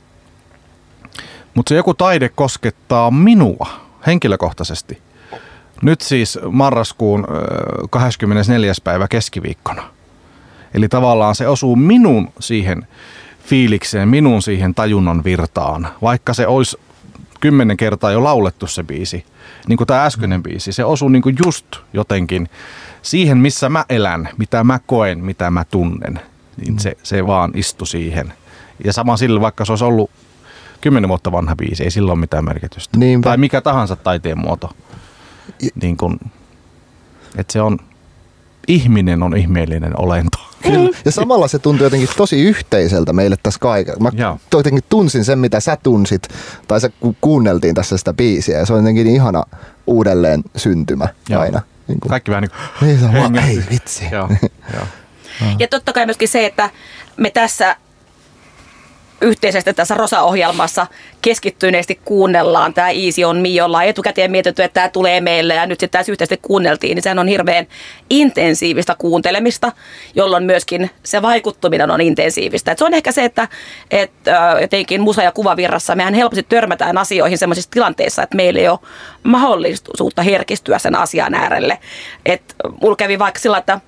mutta se joku taide koskettaa minua henkilökohtaisesti. Nyt siis marraskuun 24. päivä keskiviikkona. Eli tavallaan se osuu minun siihen fiilikseen, minun siihen tajunnon virtaan. Vaikka se olisi 10 kertaa jo laulettu se biisi, niin kuin tämä äskeinen biisi, se osuu niin kuin just jotenkin siihen, missä mä elän, mitä mä koen, mitä mä tunnen. Niin se vaan istui siihen. Ja sama sillä, vaikka se olisi ollut 10 vuotta vanha biisi, ei sillä ole mitään merkitystä. Niinpä. Tai mikä tahansa taiteen muoto. Niin kun, että se on, ihminen on ihmeellinen olento. Ja samalla se tuntui jotenkin tosi yhteiseltä meille tässä kaikessa. Mä jotenkin tunsin sen, mitä sä tunsit, tai se kuunneltiin tässä sitä biisiä, ja se on jotenkin ihana uudelleen syntymä aina. Niin kuin, kaikki vähän niin kuin, ei vitsi. Joo. Ja totta kai myöskin se, että me tässä yhteisesti tässä Rosa-ohjelmassa keskittyneesti kuunnellaan tämä Easy on Me, ollaan etukäteen mietitty, että tämä tulee meille ja nyt sitten tässä yhteisesti kuunneltiin, niin sehän on hirveän intensiivistä kuuntelemista, jolloin myöskin se vaikuttuminen on intensiivistä. Et se on ehkä se, että jotenkin musa- ja kuvavirrassa mehän helposti törmätään asioihin sellaisissa tilanteissa, että meillä ei ole mahdollisuutta herkistyä sen asian äärelle. Et mulla kävi vaikka sillä, että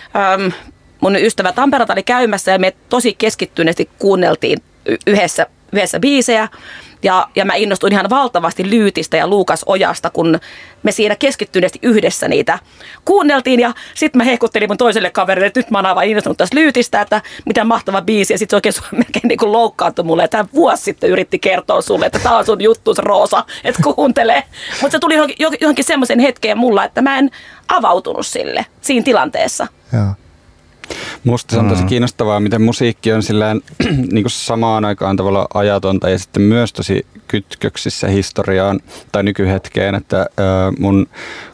mun ystävä Tampereelta oli käymässä ja me tosi keskittyneesti kuunneltiin yhdessä biisejä. Ja mä innostuin ihan valtavasti Lyytistä ja Luukas Ojasta, kun me siinä keskittyneesti yhdessä niitä kuunneltiin. Ja sitten mä hehkuttelin mun toiselle kaverille, että nyt mä oon aivan innostunut tästä Lyytistä, että mitä mahtava biisi. Ja sitten se oikein melkein niin kuin loukkaantui mulle, että hän vuosi sitten yritti kertoa sulle, että tää on sun juttus Roosa, että kuuntele. Mutta se tuli johonkin semmoisen hetkeen mulla, että mä en avautunut sille siinä tilanteessa. Joo. Musta se on tosi kiinnostavaa, miten musiikki on sillään niin kuin samaan aikaan tavallaan ajatonta ja sitten myös tosi kytköksissä historiaan tai nykyhetkeen, että mun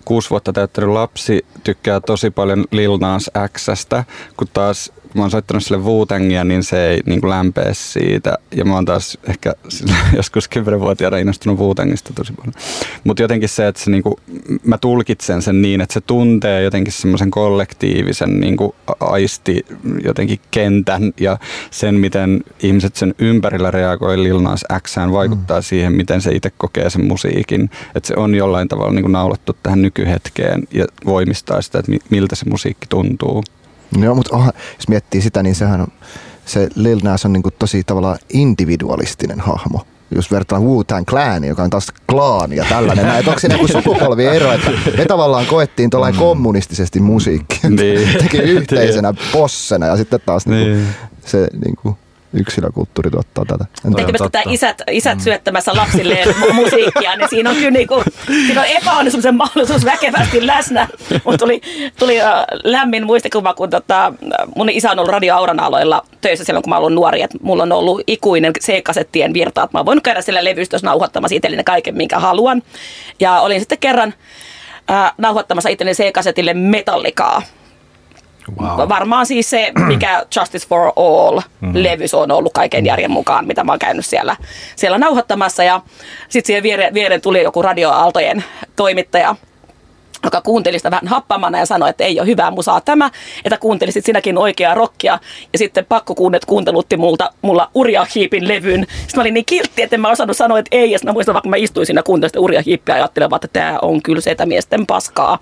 6 vuotta täyttänyt lapsi tykkää tosi paljon Lil Nas X:stä, kun taas kun mä oon soittanut sille Wu-Tangia, niin se ei niin kuin lämpee siitä. Ja mä oon taas ehkä joskus 10-vuotiaana innostunut Wu-Tangista tosi paljon. Mutta jotenkin se, että se, niin kuin, mä tulkitsen sen niin, että se tuntee jotenkin semmoisen kollektiivisen niin kuin aisti jotenkin kentän ja sen, miten ihmiset sen ympärillä reagoi Lil Nas X:ään vaikuttaa siihen, miten se itse kokee sen musiikin. Että se on jollain tavalla niin kuin naulattu tähän nykyhetkeen ja voimistaa sitä, että miltä se musiikki tuntuu. Joo, mutta jos miettii sitä, niin se Lil Nas on niinku tosi tavallaan individualistinen hahmo. Jos verrataan Wu-Tang Clania, joka on taas klaani ja tällainen. Onko se niinku sukupolviero, että me tavallaan koettiin tuollainen kommunistisesti musiikkia. Teki yhteisenä bossena ja sitten taas niinku se niinku yksilökulttuuri tuottaa tätä. Eikö myöskin tämä isät syöttämässä lapsilleen musiikkia, niin siinä on kyllä niinku, siinä on epäonnistumisen mahdollisuus väkevästi läsnä. Mutta tuli lämmin muistikuva, kun mun isä on ollut Radio Auran aloilla töissä silloin, kun mä olin nuori. Et mulla on ollut ikuinen C-kasettien virta, että mä oon voinut käydä sillä levystössä nauhoittamassa itselleni kaiken, minkä haluan. Ja olin sitten kerran nauhoittamassa itselleni C-kasetille Metallicaa. Wow. Varmaan siis se, mikä Justice for All-levys on ollut kaiken järjen mukaan, mitä mä oon käynyt siellä nauhoittamassa. Ja sitten siihen viereen tuli joku radioaaltojen toimittaja, joka kuunteli sitä vähän happamana ja sanoi, että ei ole hyvää musaa tämä, että kuuntelisit sinäkin oikeaa rockia. Ja sitten kuuntelutti mulla Uriah Heepin levyn. Sitten mä olin niin kiltti, että en mä osannut sanoa, että ei. Ja sitten mä muistan, vaikka mä istuin siinä ja kuuntelin sitä Uriah Heepia ja ajattelin vaan, että tämä on kyllä setämiesten paskaa.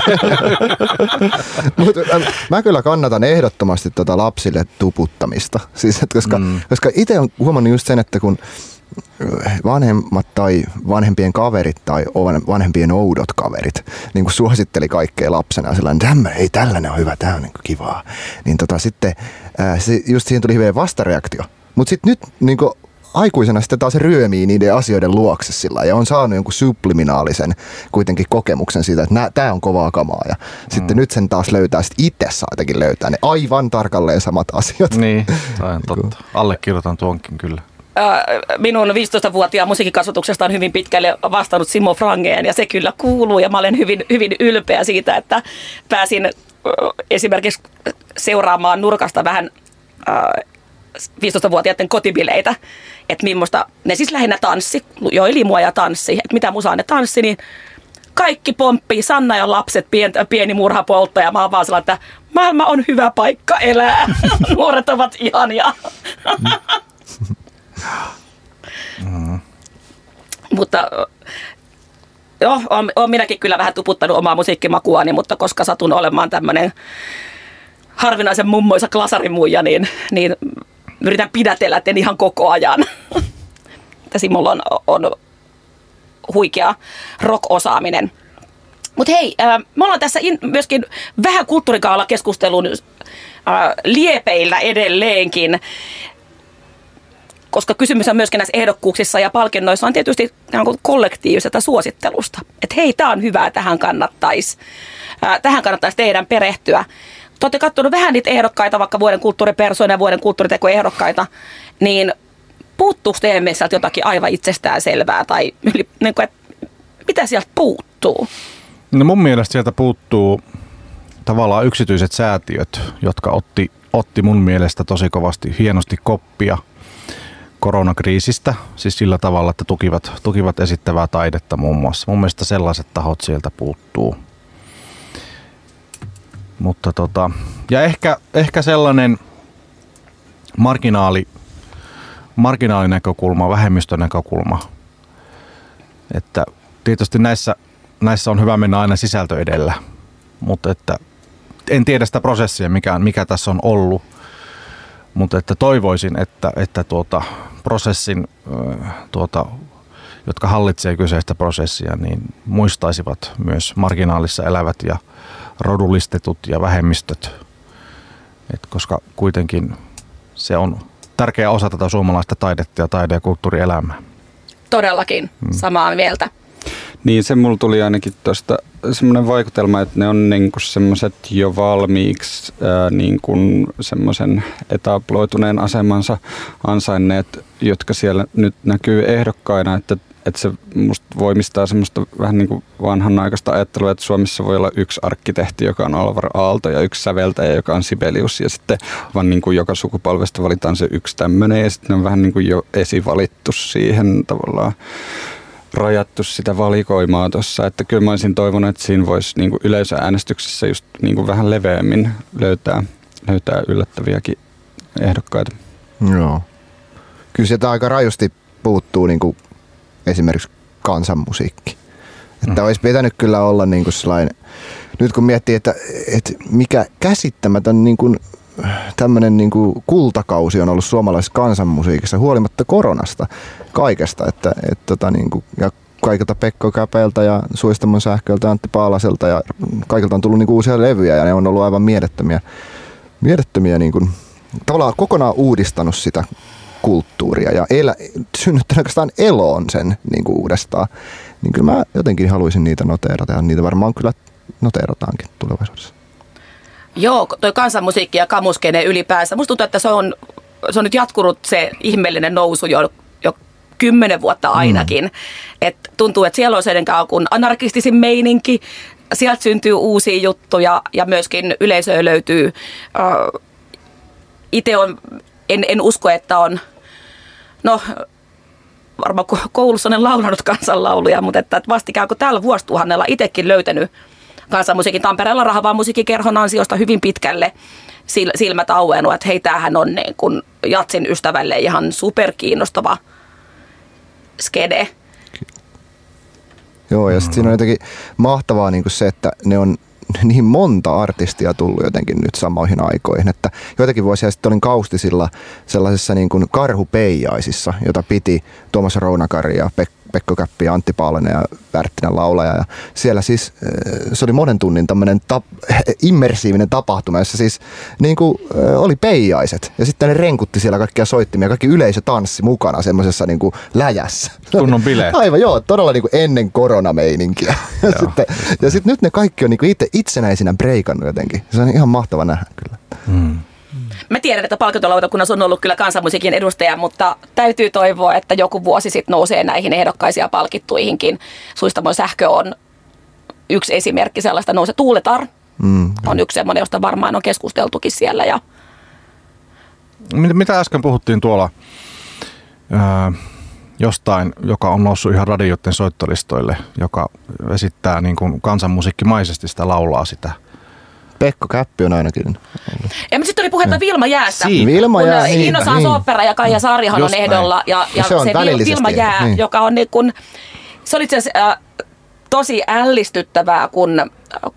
Mä kyllä kannatan ehdottomasti lapsille tuputtamista. Siis, koska itse olen huomannut just sen, että kun vanhemmat tai vanhempien kaverit tai vanhempien oudot kaverit niin kuin suositteli kaikkea lapsena sellainen, ei tällainen on hyvä, tämä on niin kuin kivaa. Niin sitten just siihen tuli hyvä vastareaktio. Mutta sitten nyt niin kuin aikuisena sitten taas ryömii niiden asioiden luokse sillä ja on saanut jonkun subliminaalisen kuitenkin kokemuksen siitä, että tämä on kovaa kamaa. Ja sitten nyt sen taas löytää, sitten itse saa jotenkin löytää ne aivan tarkalleen samat asiat. Niin, tämä on totta. Allekirjoitan tuonkin kyllä. Minun 15-vuotiaan musiikkikasvatuksesta on hyvin pitkälle vastannut Simo Frangeen ja se kyllä kuuluu ja mä olen hyvin, hyvin ylpeä siitä, että pääsin esimerkiksi seuraamaan nurkasta vähän 15-vuotiaiden kotibileitä, että millaista ne siis lähinnä tanssi, joi limua ja tanssi, että mitä musaa ne tanssi, niin kaikki pomppii, Sanna ja lapset, pieni murhapoltta ja mä oon vaan sellainen, että maailma on hyvä paikka elää, nuoret ovat ihania. Mutta joo, olen minäkin kyllä vähän tuputtanut omaa musiikkimakuani, mutta koska satun olemaan tämmöinen harvinaisen mummoisa glasarimuija, niin yritän pidätellä, että en ihan koko ajan. Simolla on huikea rock-osaaminen. Mutta hei, me ollaan tässä myöskin vähän kulttuurikaala-keskustelun liepeillä edelleenkin, koska kysymys on myöskin näissä ehdokkuuksissa ja palkinnoissa on tietysti kollektiivisesta suosittelusta. Että hei, tämä on hyvä, tähän kannattaisi teidän perehtyä. Te olette katsonut vähän niitä ehdokkaita, vaikka vuoden kulttuuripersoina ja vuoden kulttuuritekoehdokkaita, niin puuttuuko teidän mielestä jotakin aivan itsestään selvää tai niin kuin, mitä sieltä puuttuu? No mun mielestä sieltä puuttuu tavallaan yksityiset säätiöt, jotka otti mun mielestä tosi kovasti hienosti koppia koronakriisistä, siis sillä tavalla, että tukivat esittävää taidetta muun muassa. Mun mielestä sellaiset tahot sieltä puuttuu. Mutta ja ehkä sellainen marginaalinäkökulma, vähemmistönäkökulma, että tietysti näissä on hyvä mennä aina sisältö edellä, mutta että en tiedä sitä prosessia, mikä tässä on ollut, mutta että toivoisin, että prosessin, jotka hallitsee kyseistä prosessia, niin muistaisivat myös marginaalissa elävät ja rodullistetut ja vähemmistöt, koska kuitenkin se on tärkeä osa tätä suomalaista taidetta ja taide- ja kulttuurielämää. Todellakin, samaa mieltä. Niin, se mulla tuli ainakin tuosta semmoinen vaikutelma, että ne on niinku semmoiset jo valmiiksi niinku semmoisen etabloituneen asemansa ansainneet, jotka siellä nyt näkyy ehdokkaina, että että se musta voimistaa semmoista vähän niin kuin vanhanaikaista ajattelua, että Suomessa voi olla yksi arkkitehti, joka on Alvar Aalto, ja yksi säveltäjä, joka on Sibelius, ja sitten vaan niin kuin joka sukupolvesta valitaan se yksi tämmöinen, ja sitten on vähän niin kuin jo esivalittu siihen tavallaan, rajattu sitä valikoimaa tuossa, että kyllä mä olisin toivonut, että siinä voisi niin kuin yleisöäänestyksessä just niin kuin vähän leveämmin löytää yllättäviäkin ehdokkaita. Joo. Kyllä sieltä aika rajusti puuttuu niin kuin esimerkiksi kansanmusiikki. Että olisi pitänyt kyllä olla niin kuin sellainen, nyt kun miettii, että mikä käsittämätön niin kuin tämmöinen niin kuin kultakausi on ollut suomalaisessa kansanmusiikissa huolimatta koronasta, kaikesta, niin kuin, ja kaikilta Pekko Käpeeltä ja Suistamon Sähköltä ja Antti Paalaselta ja kaikilta on tullut niin kuin uusia levyjä ja ne on ollut aivan mielettömiä niin kuin, tavallaan kokonaan uudistanut sitä kulttuuria ja synnyttänyt oikeastaan eloon sen niin kuin uudestaan. Niin kyllä mä jotenkin haluaisin niitä noteerata ja niitä varmaan kyllä noteerataankin tulevaisuudessa. Joo, toi kansanmusiikki ja kamuskene ylipäänsä. Musta tuntuu, että se on nyt jatkunut se ihmeellinen nousu jo 10 vuotta ainakin. Et tuntuu, että siellä on se kuin anarkistisin meininki. Sieltä syntyy uusia juttuja ja myöskin yleisöä löytyy. Itse en usko, että on, no varmaan koulussa olen laulanut kansanlauluja, mutta että vastikään kun tällä vuosituhannella itsekin löytänyt kansanmusiikin Tampereella Rahavaan musiikkikerhon ansiosta hyvin pitkälle silmät auennut, että hei, tämähän on niin kuin jatsin ystävälle ihan superkiinnostava skede. Joo, ja sitten siinä on jotenkin mahtavaa niin kuin se, että ne on niin monta artistia tullut jotenkin nyt samoihin aikoihin, että joitakin vuosia sitten olin Kaustisilla sellaisessa niin kuin karhupeijaisissa, jota piti Tuomas Rounakari ja Pekko Käppi ja Antti Paalanen ja Värttinen laulaja. Ja siellä siis se oli monen tunnin tämmöinen immersiivinen tapahtuma, jossa siis niin kuin, oli peijaiset ja sitten ne renkutti siellä kaikkia soittimia, kaikki yleisö tanssi mukana semmoisessa niin kuin läjässä. Kunnon bileet. Aivan joo, todella niin kuin ennen koronameininkiä. Ja sitten nyt ne kaikki on niin kuin itsenäisinä breikannut jotenkin. Se on ihan mahtava nähdä kyllä. Mä tiedän, että palkintolautakunnassa on ollut kyllä kansanmusiikin edustaja, mutta täytyy toivoa, että joku vuosi sitten nousee näihin ehdokkaisia palkittuihinkin. Suistamon Sähkö on yksi esimerkki sellaista nousee. Tuuletar on yksi semmoinen, josta varmaan on keskusteltukin siellä. Ja Mitä äsken puhuttiin tuolla jostain, joka on noussut ihan radioiden soittolistoille, joka esittää niin kuin kansanmusiikkimaisesti sitä, laulaa sitä? Pekko Käppi on ainakin ollut. Ja sitten oli puhetta Vilma Jäästä. Vilma Jää. Innosaans Opera ja Kaija Saarihan on ehdolla. Ja se on Vilma Jää, niin. Joka on niin kun, se oli itse asiassa tosi ällistyttävää, kun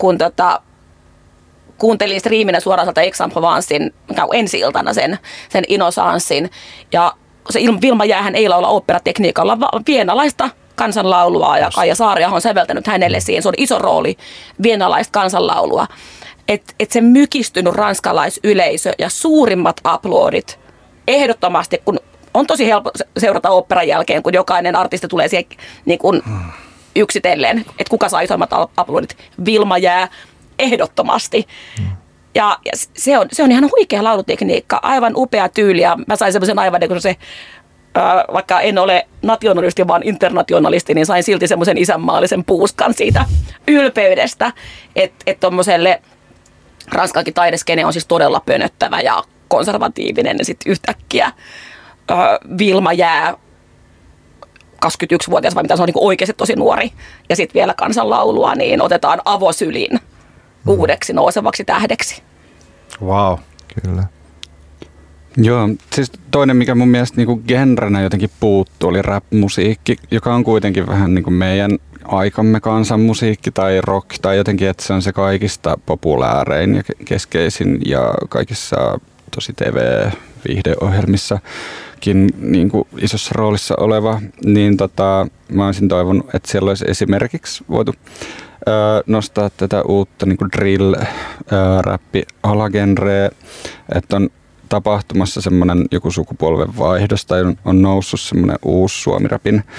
kuuntelin striiminä suoraan sieltä Aix-en-Provencen ensi-iltana sen Innosanssin. Ja se Vilma Jäähän ei laula operatekniikalla, vaan vienalaista kansanlaulua, ja Kaija Saariaho on säveltänyt hänelle siihen. Se on iso rooli vienalaista kansanlaulua. Et se mykistynyt ranskalaisyleisö ja suurimmat aplodit ehdottomasti, kun on tosi helppo seurata oopperan jälkeen, kun jokainen artisti tulee siihen niin kuin yksitellen, että kuka saa isoimmat aplodit. Vilma Jää ehdottomasti. Ja se on ihan huikea laulutekniikka, aivan upea tyyli, ja mä sain semmoisen aivan niin kuin se, vaikka en ole nationalisti, vaan internationalisti, niin sain silti semmoisen isänmaallisen puuskan siitä ylpeydestä, että tommoselle Ranskankin taideskene on siis todella pönöttävä ja konservatiivinen, ja sitten yhtäkkiä Vilma Jää, 21-vuotias, vai mitä se on, niin oikeasti tosi nuori, ja sitten vielä kansanlaulua, niin otetaan avosylin uudeksi nousevaksi tähdeksi. Wow. Kyllä. Joo, siis toinen, mikä mun mielestä niinku genrenä jotenkin puuttuu, oli rap-musiikki, joka on kuitenkin vähän niinku meidän aikamme kansanmusiikki tai rock tai jotenkin, että se on se kaikista populäärein ja keskeisin ja kaikissa tosi TV-viihdeohjelmissakin niinku isossa roolissa oleva, niin mä olisin toivonut, että siellä olisi esimerkiksi voitu nostaa tätä uutta niinku drill-räppi-alagenreä, että on tapahtumassa semmoinen joku sukupolven vaihdos tai on noussut semmoinen uusi suomi-rapin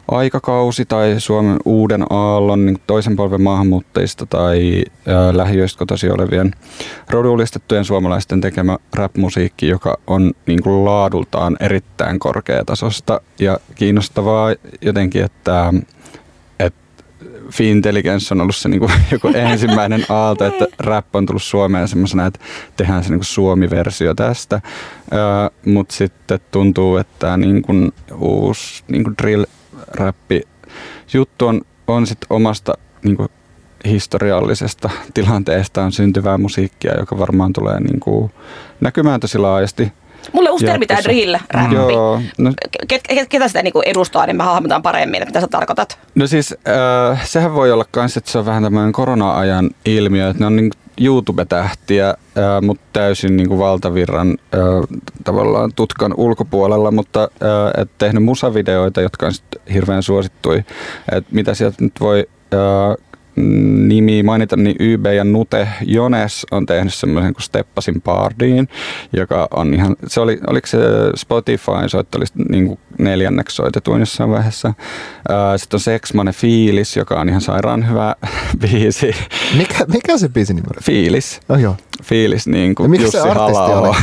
aikakausi tai Suomen uuden aallon niin toisen polven maahanmuuttajista tai lähiöistä kotoisin olevien rodullistettujen suomalaisten tekemä rap-musiikki, joka on niin kuin laadultaan erittäin korkeatasosta ja kiinnostavaa jotenkin, että Fintelligence on ollut se niin kuin joku ensimmäinen aalto, että rap on tullut Suomeen semmoisena, että tehdään se niin kuin Suomi-versio tästä, mutta sitten tuntuu, että niin kuin uusi niin kuin drill-räppi-juttu on sitten omasta niin kuin historiallisesta tilanteestaan syntyvää musiikkia, joka varmaan tulee niin kuin näkymään tosi laajasti. Mulle uusi termi tämä drill-räppi. Joo, no, ketä sitä niinku edustaa, niin mä hahmotan paremmin, että mitä sä tarkoitat. No siis sehän voi olla myös, että se on vähän tämmöinen korona-ajan ilmiö, että ne on niin YouTube-tähtiä, mutta täysin niin kuin valtavirran tavallaan tutkan ulkopuolella, mutta tehnyt musavideoita, jotka on hirveän suosittuja. Mitä sieltä nyt voi nimi mainita, niin YB ja Nute Jones on tehnyt semmoisen kuin Steppasin Bardiin, joka on ihan, oliko se Spotify soittolista niin kuin 4. soitetuin jossain vaiheessa. Sitten on Sexmane Fiilis, joka on ihan sairaan hyvä biisi. Mikä se biisin nimi oli? Fiilis. Oh, joo. Fiilis niin kuin Jussi Halla-aho.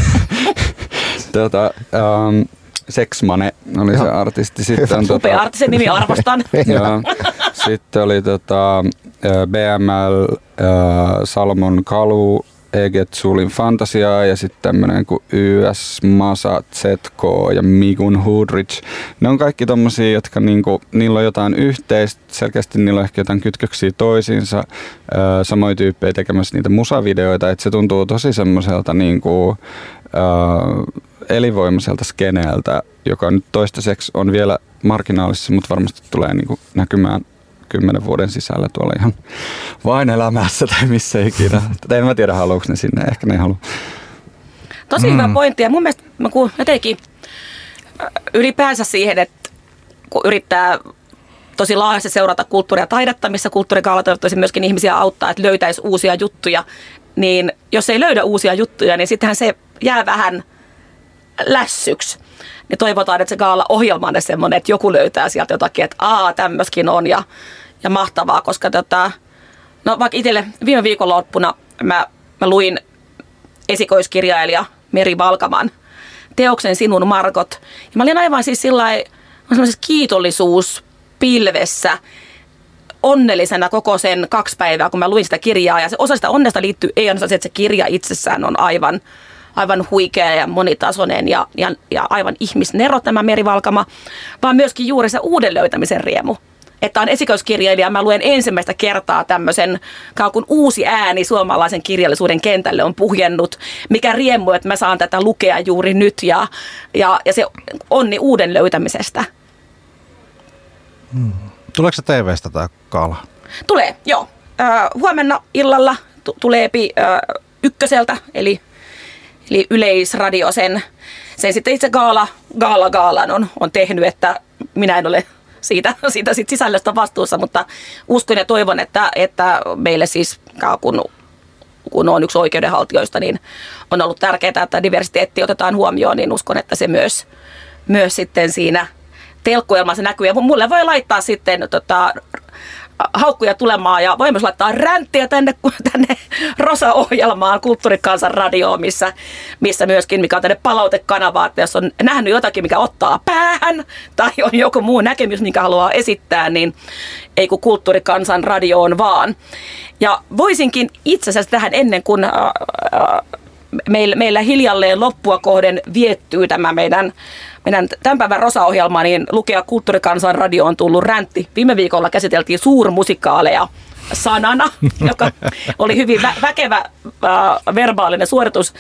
Sexmane oli se artisti. Sitten upea artistisen nimi, arvostan. Sitten oli BML, Salomon Kalu, Egetsulin Fantasiaa ja sitten tämmönen kuin YS, Masa, ZK ja Migun Hoodrich. Ne on kaikki tommosia, jotka niinku, niillä on jotain yhteistä, selkeästi niillä on ehkä jotain kytköksiä toisiinsa, samoin tyyppejä tekemässä niitä musavideoita, että se tuntuu tosi semmoiselta niinku, elinvoimaiselta skeneeltä, joka nyt toistaiseksi on vielä marginaalissa, mutta varmasti tulee niinku näkymään 10 vuoden sisällä tuolla ihan vain elämässä tai missä ikinä. En mä tiedä, haluuks ne sinne, ehkä ne ei halua. Tosi hyvä pointti, ja mun mielestä mä jotenkin ylipäänsä siihen, että kun yrittää tosi laajasti seurata kulttuuria ja taidetta, missä kulttuurikaala toivottavasti myöskin ihmisiä auttaa, että löytäisi uusia juttuja, niin jos ei löydä uusia juttuja, niin sittenhän se jää vähän lässyksi. Niin toivotaan, että se gaala-ohjelma on semmoinen, että joku löytää sieltä jotakin, että tämmöiskin on ja mahtavaa, koska no vaikka itselle viime viikonloppuna mä luin esikoiskirjailija Meri Valkaman teoksen Sinun Margot. Ja mä olin aivan siis semmoisessa kiitollisuuspilvessä onnellisena koko sen 2 päivää, kun mä luin sitä kirjaa. Ja se osa sitä onnesta liittyy ei ainoastaan se, että se kirja itsessään on aivan huikea ja monitasoinen ja aivan ihmisnero tämä Meri Valkama, vaan myöskin juuri se uuden löytämisen riemu. Että on esikoiskirjailija, mä luen ensimmäistä kertaa tämmöisen, kun uusi ääni suomalaisen kirjallisuuden kentälle on puhjennut, mikä riemu, että mä saan tätä lukea juuri nyt ja se onni uuden löytämisestä. Tuleeko se TV:stä tämä gaala? Tulee, joo. Huomenna illalla tuleepi Ykköseltä, eli Yleisradio sen sitten itse gaalan on tehnyt, että minä en ole siitä sit sisällöstä vastuussa, mutta uskon ja toivon, että meille siis, kun on yksi oikeudenhaltijoista, niin on ollut tärkeää, että diversiteetti otetaan huomioon, niin uskon, että se myös sitten siinä telkkuelmassa näkyy. Ja mulle voi laittaa sitten haukkuja tulemaan ja voi myös laittaa ränttiä tänne Rosa-ohjelmaan, Kulttuurikansan radioon, missä myöskin, mikä on tänne palautekanavaa, että jos on nähnyt jotakin, mikä ottaa päähän tai on joku muu näkemys, minkä haluaa esittää, niin ei kun Kulttuurikansan radioon vaan. Ja voisinkin itse asiassa tähän ennen kuin meillä hiljalleen loppua kohden viettyy tämä meidän tämän päivän Rosa-ohjelma, niin lukea Kulttuurikansan radio on tullut räntti. Viime viikolla käsiteltiin suurmusikaaleja sanana, joka oli hyvin väkevä verbaalinen suoritus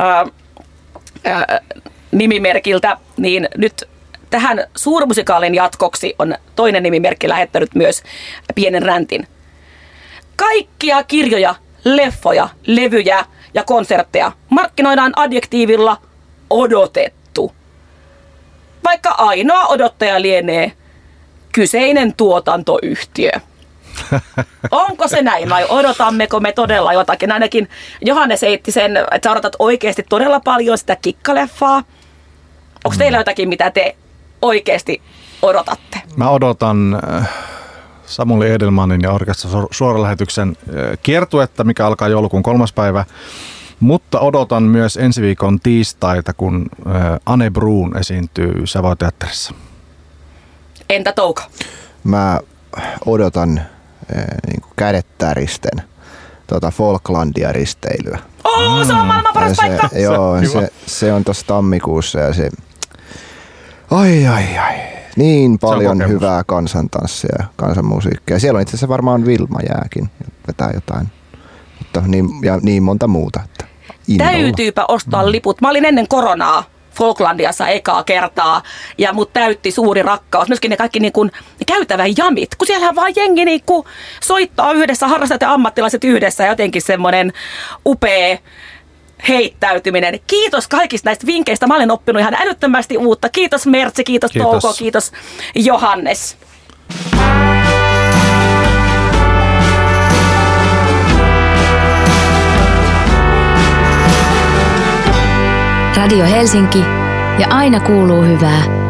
nimimerkiltä, niin nyt tähän suurmusikaalin jatkoksi on toinen nimimerkki lähettänyt myös pienen räntin. Kaikkia kirjoja, leffoja, levyjä ja konsertteja markkinoidaan adjektiivilla odotettu. Vaikka ainoa odottaja lienee kyseinen tuotantoyhtiö. Onko se näin vai odotammeko me todella jotakin? Ainakin Johannes heitti sen, että sä odotat oikeasti todella paljon sitä kikkaleffaa. Onko teillä jotakin, mitä te oikeasti odotatte? Mä odotan Samuli Edelmanin ja Orkestra suoralähetyksen kiertuetta, mikä alkaa joulukuun 3. päivä. Mutta odotan myös ensi viikon tiistaita, kun Anne Bruun esiintyy Savoy-teatterissa. Entä Touko? Mä odotan niin kädet täristen Folklandia risteilyä. Se on maailman paras paikka! Joo, se on tuossa tammikuussa ja se... Ai. Niin paljon hyvää kansantanssia ja kansanmusiikkia. Siellä on itse asiassa varmaan Vilma Jääkin vetää jotain. Mutta niin monta muuta. Että täytyypä ostaa liput. Mä olin ennen koronaa Folklandiassa ekaa kertaa ja mut täytti suuri rakkaus. Myöskin ne kaikki niin kuin, ne käytävän jamit, kun siellähän vaan jengi niin kuin soittaa yhdessä, harrastajat ja ammattilaiset yhdessä ja jotenkin semmoinen upea heittäytyminen. Kiitos kaikista näistä vinkkeistä. Mä olen oppinut ihan älyttömästi uutta. Kiitos Mertsi, kiitos Touko, kiitos Johannes. Radio Helsinki ja aina kuuluu hyvää.